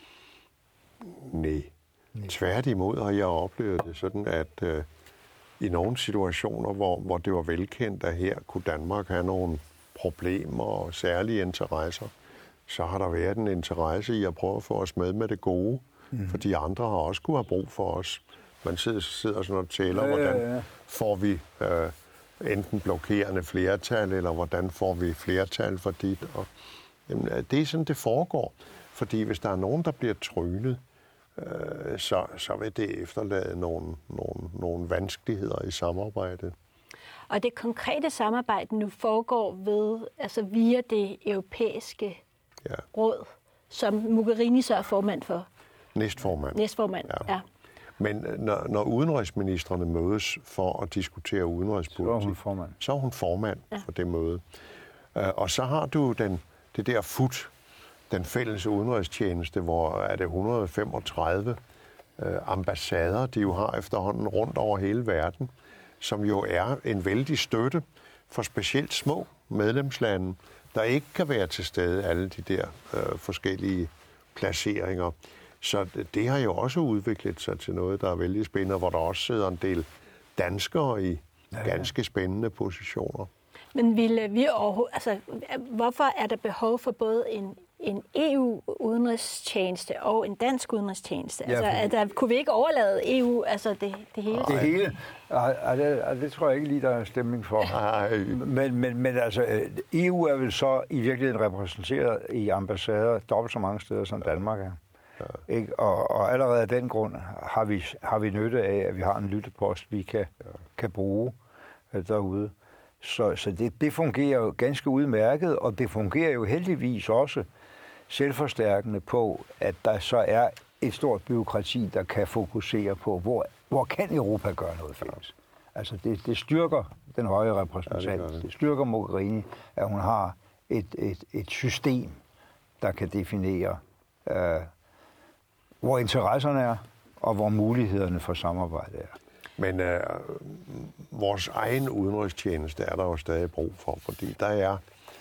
Nej. Tværtimod har jeg oplevet det sådan, at øh, i nogle situationer, hvor, hvor det var velkendt, at her kunne Danmark have nogle problemer og særlige interesser, så har der været en interesse i at prøve at få os med med det gode. Mm. Fordi andre har også kunne have brug for os. Man sidder, sidder sådan og tæller, ja, hvordan ja, ja. får vi øh, enten blokerende flertal, eller hvordan får vi flertal for dit. Og, jamen, det er sådan, det foregår. Fordi hvis der er nogen, der bliver trynet, øh, så, så vil det efterlade nogle, nogle, nogle vanskeligheder i samarbejdet. Og det konkrete samarbejde nu foregår ved, altså via det europæiske ja. råd, som Mogherini så er formand for. Næstformand. Næstformand, ja. ja. Men når, når udenrigsministrene mødes for at diskutere udenrigspolitik, så er hun formand, så er hun formand ja. for det møde. Uh, og så har du den, det der F U T, den fælles udenrigstjeneste, hvor er det et hundrede og femogtredive uh, ambassader, de jo har efterhånden rundt over hele verden, som jo er en vældig støtte for specielt små medlemslande, der ikke kan være til stede alle de der uh, forskellige placeringer. Så det har jo også udviklet sig til noget, der er vældig spændende, hvor der også sidder en del danskere i ja, ja. ganske spændende positioner. Men vil vi overhovedet, altså, hvorfor er der behov for både en, en E U-udenrigstjeneste og en dansk udenrigstjeneste? Ja, altså, at der, kunne vi ikke overlade E U, altså det, det hele? Det hele? Ja, det, det tror jeg ikke lige, der er stemning for. Men, men, men altså, E U er vel så i virkeligheden repræsenteret i ambassader dobbelt så mange steder, som Danmark er. Ja. Ikke? Og, og allerede af den grund har vi, har vi nytte af, at vi har en lyttepost, vi kan, ja. kan bruge derude. Så, så det, det fungerer jo ganske udmærket, og det fungerer jo heldigvis også selvforstærkende på, at der så er et stort byråkrati, der kan fokusere på, hvor, hvor kan Europa gøre noget fælles. Altså det, det styrker den høje repræsentant, ja, det, det. det styrker Mogherini, at hun har et, et, et system, der kan definere, øh, hvor interesserne er, og hvor mulighederne for samarbejde er. Men øh, vores egen udenrigstjeneste er der jo stadig brug for, fordi der er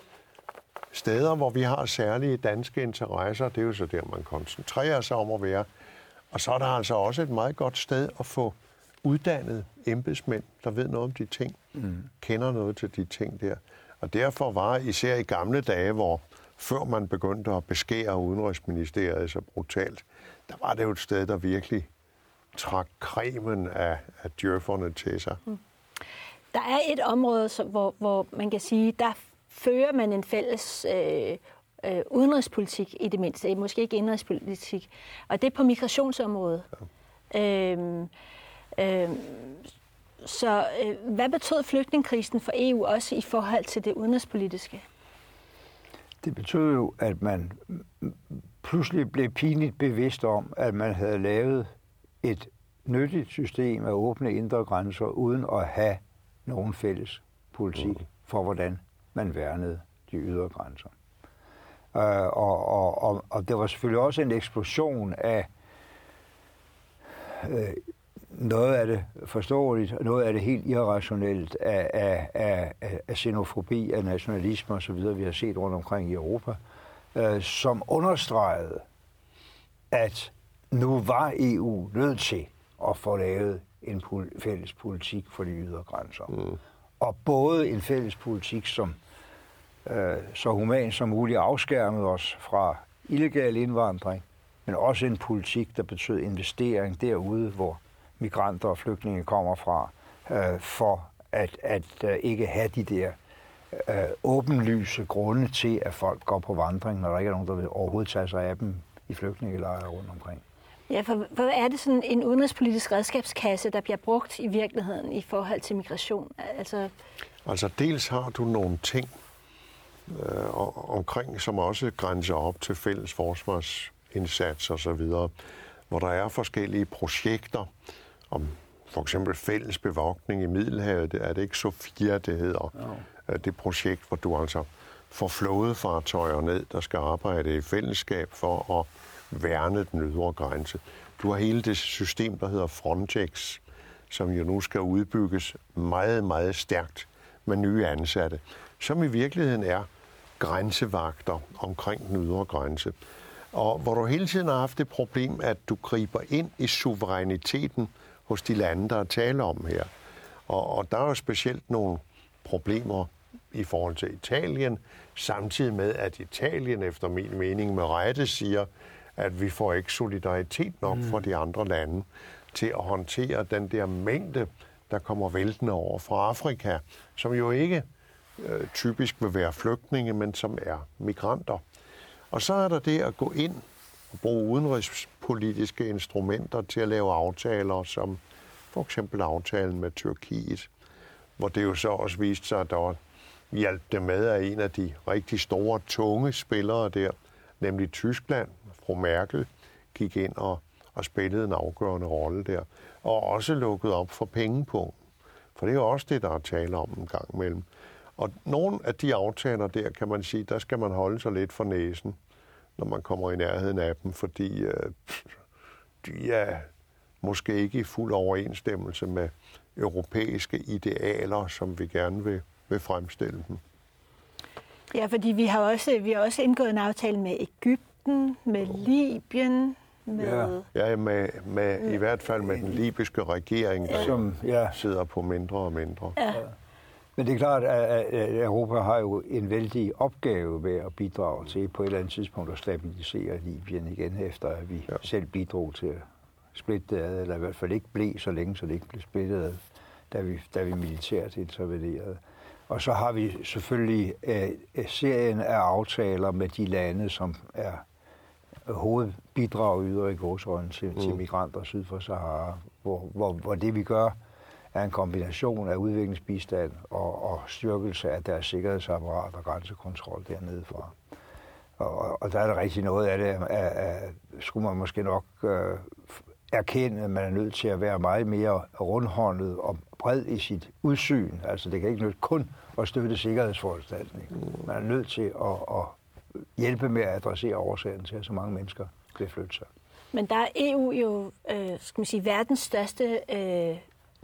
steder, hvor vi har særlige danske interesser, det er jo så der, man koncentrerer sig om at være. Og så er der altså også et meget godt sted at få uddannet embedsmænd, der ved noget om de ting, mm. kender noget til de ting der. Og derfor var især i gamle dage, hvor før man begyndte at beskære udenrigsministeriet så brutalt, der var det jo et sted, der virkelig trak cremen af, af djøfferne til sig. Mm. Der er et område, så, hvor, hvor man kan sige, der fører man en fælles øh, øh, udenrigspolitik i det mindste, måske ikke indrigspolitik, og det er på migrationsområdet. Ja. Øhm, øhm, så øh, hvad betød flygtningekrisen for E U også i forhold til det udenrigspolitiske? Det betød jo, at man pludselig blev pinligt bevidst om, at man havde lavet et nyttigt system af åbne indre grænser, uden at have nogen fælles politik for, hvordan man værnede de ydre grænser. Uh, og, og, og, og der var selvfølgelig også en eksplosion af uh, noget af det forståeligt, noget af det helt irrationelt, af, af, af, af xenofobi, af nationalisme osv., vi har set rundt omkring i Europa, uh, som understregede, at nu var E U nødt til at få lavet en pol- fælles politik for de ydre grænser. Mm. Og både en fælles politik, som øh, så human som muligt afskærmede os fra illegal indvandring, men også en politik, der betød investering derude, hvor migranter og flygtninge kommer fra, øh, for at, at uh, ikke have de der øh, åbenlyse grunde til, at folk går på vandring, når der ikke er nogen, der vil overhovedet tage sig af dem i flygtningelejre rundt omkring. Ja, for hvad er det sådan en udenrigspolitisk redskabskasse, der bliver brugt i virkeligheden i forhold til migration? Altså, altså dels har du nogle ting øh, omkring, som også grænser op til fælles forsvarsindsats og så videre, hvor der er forskellige projekter om for eksempel fælles bevogtning i Middelhavet. Det er det ikke Sofia, det hedder. Ja. Det projekt, hvor du altså får flådefartøjer ned, der skal arbejde i fællesskab for at værne den ydre grænse. Du har hele det system, der hedder Frontex, som jo nu skal udbygges meget, meget stærkt med nye ansatte, som i virkeligheden er grænsevagter omkring den ydre grænse. Og hvor du hele tiden har haft det problem, at du griber ind i suveræniteten hos de lande, der er tale om her. Og, og der er jo specielt nogle problemer i forhold til Italien, samtidig med, at Italien efter min mening med rette siger, at vi får ikke solidaritet nok mm. fra de andre lande til at håndtere den der mængde, der kommer væltende over fra Afrika, som jo ikke øh, typisk vil være flygtninge, men som er migranter. Og så er der det at gå ind og bruge udenrigspolitiske instrumenter til at lave aftaler, som for eksempel aftalen med Tyrkiet, hvor det jo så også viste sig, at der hjalp det med, at en af de rigtig store, tunge spillere der, nemlig Tyskland, fru Merkel, gik ind og, og spillede en afgørende rolle der, og også lukkede op for pengepunkten. For det er jo også det, der er tale om en gang imellem. Og nogle af de aftaler der, kan man sige, der skal man holde sig lidt for næsen, når man kommer i nærheden af dem, fordi øh, de er måske ikke i fuld overensstemmelse med europæiske idealer, som vi gerne vil, vil fremstille dem. Ja, fordi vi har også, vi har også indgået en aftale med Egypten, med Libyen, med... Ja, med, med, i hvert fald med den libyske regering, der som, ja. sidder på mindre og mindre. Ja. Men det er klart, at Europa har jo en vældig opgave ved at bidrage til på et eller andet tidspunkt at stabilisere Libyen igen, efter at vi ja. selv bidrog til at splitte det ad, eller i hvert fald ikke blev så længe, så det ikke blev splittet ad, da vi, da vi militært intervenerede. Og så har vi selvfølgelig øh, serien af aftaler med de lande, som er hovedbidragyder i gåseøjne til, mm. til migranter syd for Sahara, hvor, hvor, hvor det vi gør er en kombination af udviklingsbistand og, og styrkelse af deres sikkerhedsapparat og grænsekontrol dernede fra. Og, og der er der rigtig noget af det, at, at skulle man måske nok øh, erkende, at man er nødt til at være meget mere rundhåndet og bred i sit udsyn. Altså det kan ikke nødt kun at støtte sikkerhedsforanstaltninger. Man er nødt til at, at hjælpe med at adressere årsagen til, at så mange mennesker vil flytte sig. Men der er E U jo, øh, skal man sige, verdens største øh,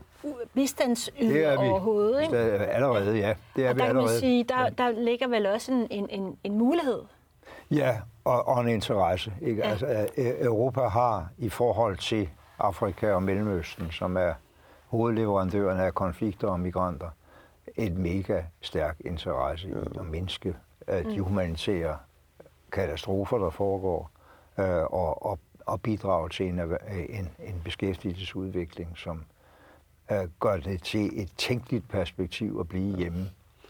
bistandsyder overhovedet, ikke? Det er allerede, ja. Det er og vi der allerede. kan man sige, der, der ligger vel også en, en, en mulighed. Ja, og, og en interesse. Ikke? Ja. Altså, Europa har i forhold til Afrika og Mellemøsten, som er hovedleverandørerne af konflikter og migranter, et mega stærk interesse i at mindske de humanitære katastrofer, der foregår, og, og, og bidrage til en, en, en beskæftigelsesudvikling, som gør det til et tænkeligt perspektiv at blive hjemme.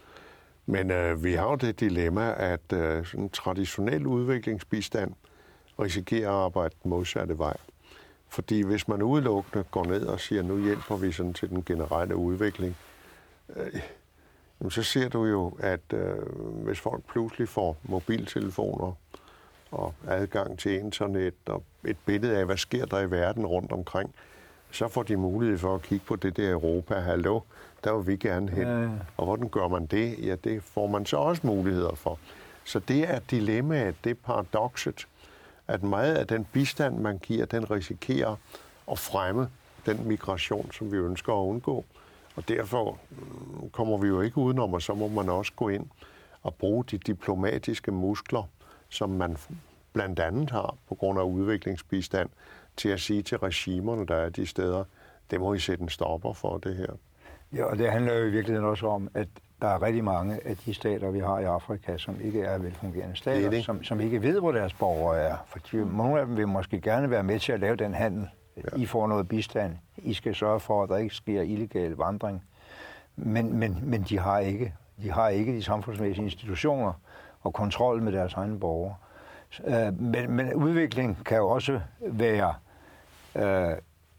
Men øh, vi har jo det dilemma, at øh, sådan traditionel udviklingsbistand risikerer at arbejde den modsatte vej. Fordi hvis man udelukkende går ned og siger, nu hjælper vi sådan til den generelle udvikling, øh, så ser du jo, at øh, hvis folk pludselig får mobiltelefoner og adgang til internet og et billede af, hvad sker der i verden rundt omkring, så får de mulighed for at kigge på det der Europa. Hallo, der vil vi gerne hen. Ja, ja. Og hvordan gør man det? Ja, det får man så også muligheder for. Så det er dilemmaet, det er paradokset, at meget af den bistand, man giver, den risikerer at fremme den migration, som vi ønsker at undgå. Og derfor kommer vi jo ikke udenom, og så må man også gå ind og bruge de diplomatiske muskler, som man blandt andet har på grund af udviklingsbistand, til at sige til regimerne, der er de steder, det må I sætte en stopper for det her. Ja, og det handler jo i virkeligheden også om, at der er rigtig mange af de stater, vi har i Afrika, som ikke er velfungerende stater, det det. Som, som ikke ved, hvor deres borgere er. For mange af dem vil måske gerne være med til at lave den handel. Ja. I får noget bistand. I skal sørge for, at der ikke sker illegal vandring. Men, men, men de har ikke, de har ikke de samfundsmæssige institutioner og kontrol med deres egne borgere. Men, men udvikling kan jo også være øh,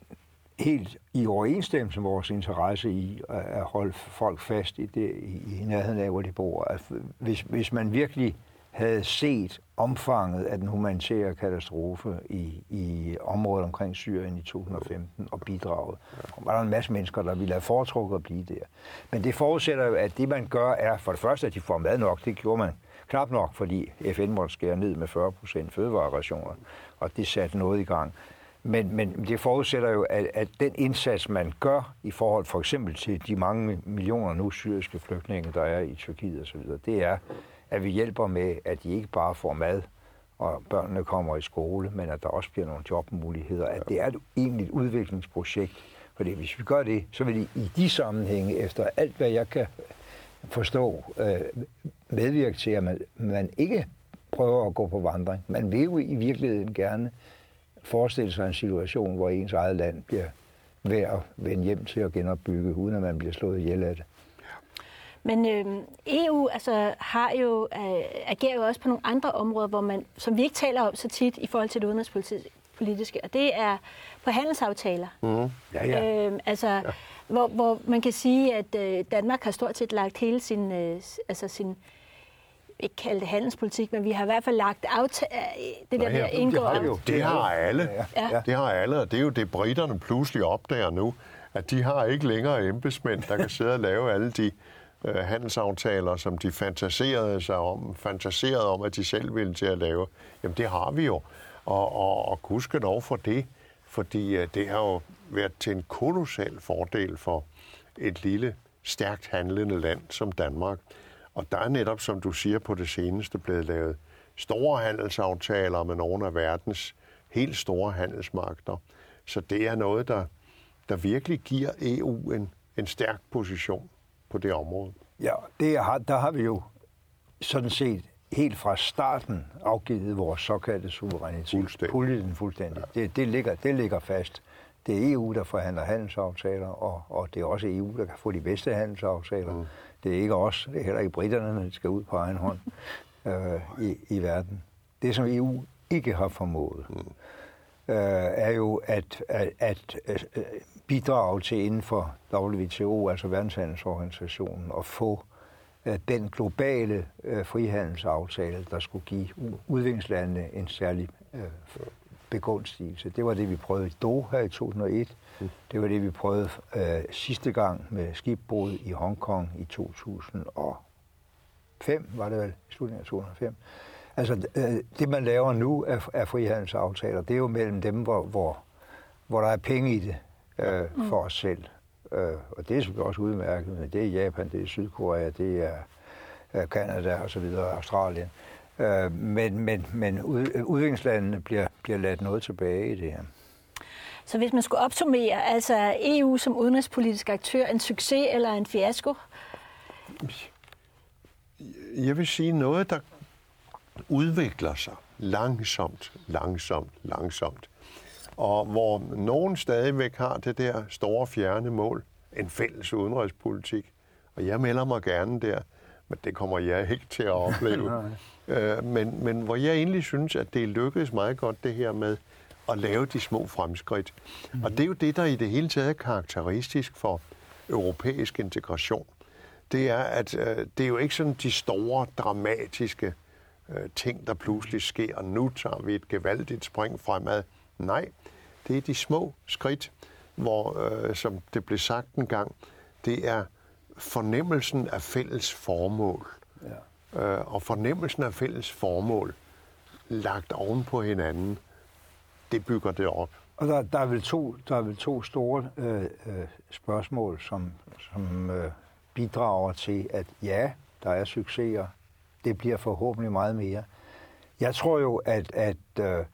helt i overensstemmelse med vores interesse i at holde folk fast i, det, i nærheden af, hvor de bor. At hvis, hvis man virkelig havde set omfanget af den humanitære katastrofe i, i området omkring Syrien i to tusind og femten og bidraget, var der en masse mennesker, der ville have foretrukket at blive der. Men det forudsætter jo, at det man gør er, for det første, at de får mad nok. Det gjorde man knap nok, fordi F N måtte skære ned med fyrre procent fødevarerationer, og det satte noget i gang. Men, men det forudsætter jo, at, at den indsats, man gør i forhold for eksempel til de mange millioner nu syriske flygtninge, der er i Tyrkiet osv., det er, at vi hjælper med, at de ikke bare får mad, og børnene kommer i skole, men at der også bliver nogle jobmuligheder. At det er et egentligt udviklingsprojekt. Fordi hvis vi gør det, så vil det i de sammenhænge, efter alt hvad jeg kan forstå, øh, medvirke til, at man, man ikke prøver at gå på vandring. Man vil jo i virkeligheden gerne forestille sig en situation, hvor ens eget land bliver ved at vende hjem til at genopbygge, uden at man bliver slået ihjel af det. Men øh, E U altså, har jo, øh, agerer jo også på nogle andre områder, hvor man, som vi ikke taler om så tit i forhold til det udenrigspolitiske, og det er på handelsaftaler. Mm. Ja, ja. Øh, altså, ja. Hvor, hvor man kan sige, at øh, Danmark har stort set lagt hele sin, øh, altså sin, ikke kalde det handelspolitik, men vi har i hvert fald lagt afta- det der, Nå, ja, der indgår. Det har, det har alle. Ja. Det har alle, og det er jo det, britterne pludselig opdager nu, at de har ikke længere embedsmænd, der kan sidde og lave alle de øh, handelsaftaler, som de fantaserede sig om, fantaserede om, at de selv ville til at lave. Jamen, det har vi jo. Og, og, og gudskelov for det, fordi øh, det har jo været til en kolossal fordel for et lille, stærkt handlende land som Danmark. Og der er netop, som du siger, på det seneste blevet lavet store handelsaftaler med nogle af verdens helt store handelsmarkeder. Så det er noget, der, der virkelig giver E U en, en stærk position på det område. Ja, det har, der har vi jo sådan set helt fra starten afgivet vores såkaldte suverænitet. Fuldstændig. Fuldstændig. Fuldstændig. Ja. Det, det, ligger, det ligger fast. Det er E U, der forhandler handelsaftaler, og, og det er også E U, der kan få de bedste handelsaftaler. Mm. Det er ikke os, det er heller ikke britterne, når de skal ud på egen hånd øh, i, i verden. Det, som E U ikke har formået, mm. øh, er jo at, at, at, at bidrage til inden for W T O, altså verdenshandelsorganisationen, og få øh, den globale øh, frihandelsaftale, der skulle give udviklingslandene en særlig øh, begunstigelse. Det var det, vi prøvede i Doha i to tusind og et. Mm. Det var det, vi prøvede øh, sidste gang med skibbrud i Hongkong i to tusind og fem, var det vel, i slutningen af to tusind og fem. Altså, øh, det man laver nu af, af frihandelsaftaler, det er jo mellem dem, hvor, hvor, hvor der er penge i det øh, mm. for os selv. Øh, og det er selvfølgelig også udmærket, men det er Japan, det er Sydkorea, det er øh, Canada og så videre, Australien. Øh, men men, men ud, udviklingslandene bliver, bliver ladt noget tilbage i det her. Så hvis man skulle opsummere, altså E U som udenrigspolitisk aktør, en succes eller en fiasko? Jeg vil sige noget, der udvikler sig langsomt, langsomt, langsomt. Og hvor nogen stadigvæk har det der store fjerne mål, en fælles udenrigspolitik. Og jeg melder mig gerne der, men det kommer jeg ikke til at opleve. øh, men, men hvor jeg egentlig synes, at det lykkedes meget godt det her med at lave de små fremskridt. Mm-hmm. Og det er jo det, der i det hele taget er karakteristisk for europæisk integration. Det er, at øh, det er jo ikke sådan de store, dramatiske øh, ting, der pludselig sker, og nu tager vi et gevaldigt spring fremad. Nej, det er de små skridt, hvor, øh, som det blev sagt en gang, det er fornemmelsen af fælles formål. Ja. Øh, og fornemmelsen af fælles formål lagt oven på hinanden, det bygger det op. Og der, der, er, vel to, der er vel to store øh, øh, spørgsmål, som, som øh, bidrager til, at ja, der er succeser. Det bliver forhåbentlig meget mere. Jeg tror jo, at, at øh,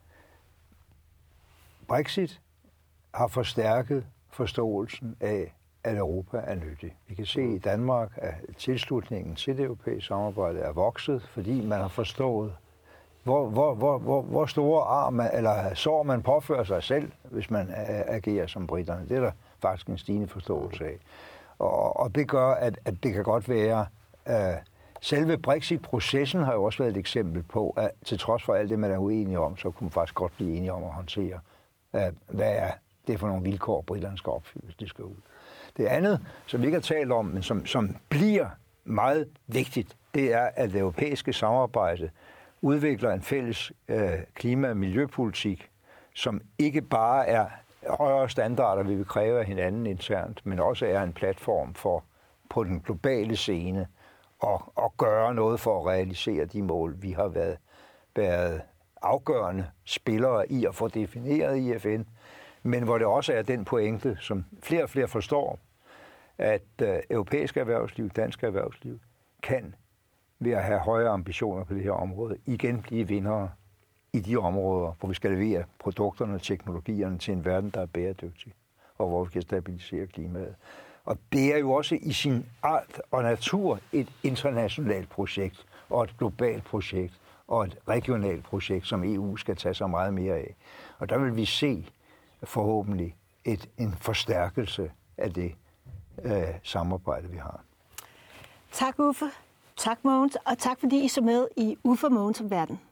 Brexit har forstærket forståelsen af, at Europa er nyttig. Vi kan se i Danmark, at tilslutningen til det europæiske samarbejde er vokset, fordi man har forstået, hvor, hvor, hvor, hvor, hvor store arm eller sår man påfører sig selv, hvis man agerer som britterne. Det er der faktisk en stigende forståelse af. Og, og det gør, at, at det kan godt være... Uh, selve Brexit-processen har jo også været et eksempel på, at til trods for alt det, man er uenige om, så kunne man faktisk godt blive enige om at håndtere, uh, hvad er det for nogle vilkår, britterne skal opfylde, hvis de skal ud. Det andet, som vi ikke har talt om, men som, som bliver meget vigtigt, det er, at det europæiske samarbejde udvikler en fælles øh, klima- og miljøpolitik, som ikke bare er højere standarder, vi vil kræve af hinanden internt, men også er en platform for på den globale scene at, at gøre noget for at realisere de mål, vi har været, været afgørende spillere i at få defineret i F N, men hvor det også er den pointe, som flere og flere forstår, at øh, europæisk erhvervsliv, dansk erhvervsliv, kan ved at have højere ambitioner på det her område, igen blive vindere i de områder, hvor vi skal levere produkterne og teknologierne til en verden, der er bæredygtig, og hvor vi kan stabilisere klimaet. Og det er jo også i sin art og natur et internationalt projekt og et globalt projekt og et regionalt projekt, som E U skal tage sig meget mere af. Og der vil vi se forhåbentlig et, en forstærkelse af det øh, samarbejde, vi har. Tak Uffe, tak Mogens, og tak fordi I så med i Uffe og Mogens om verden.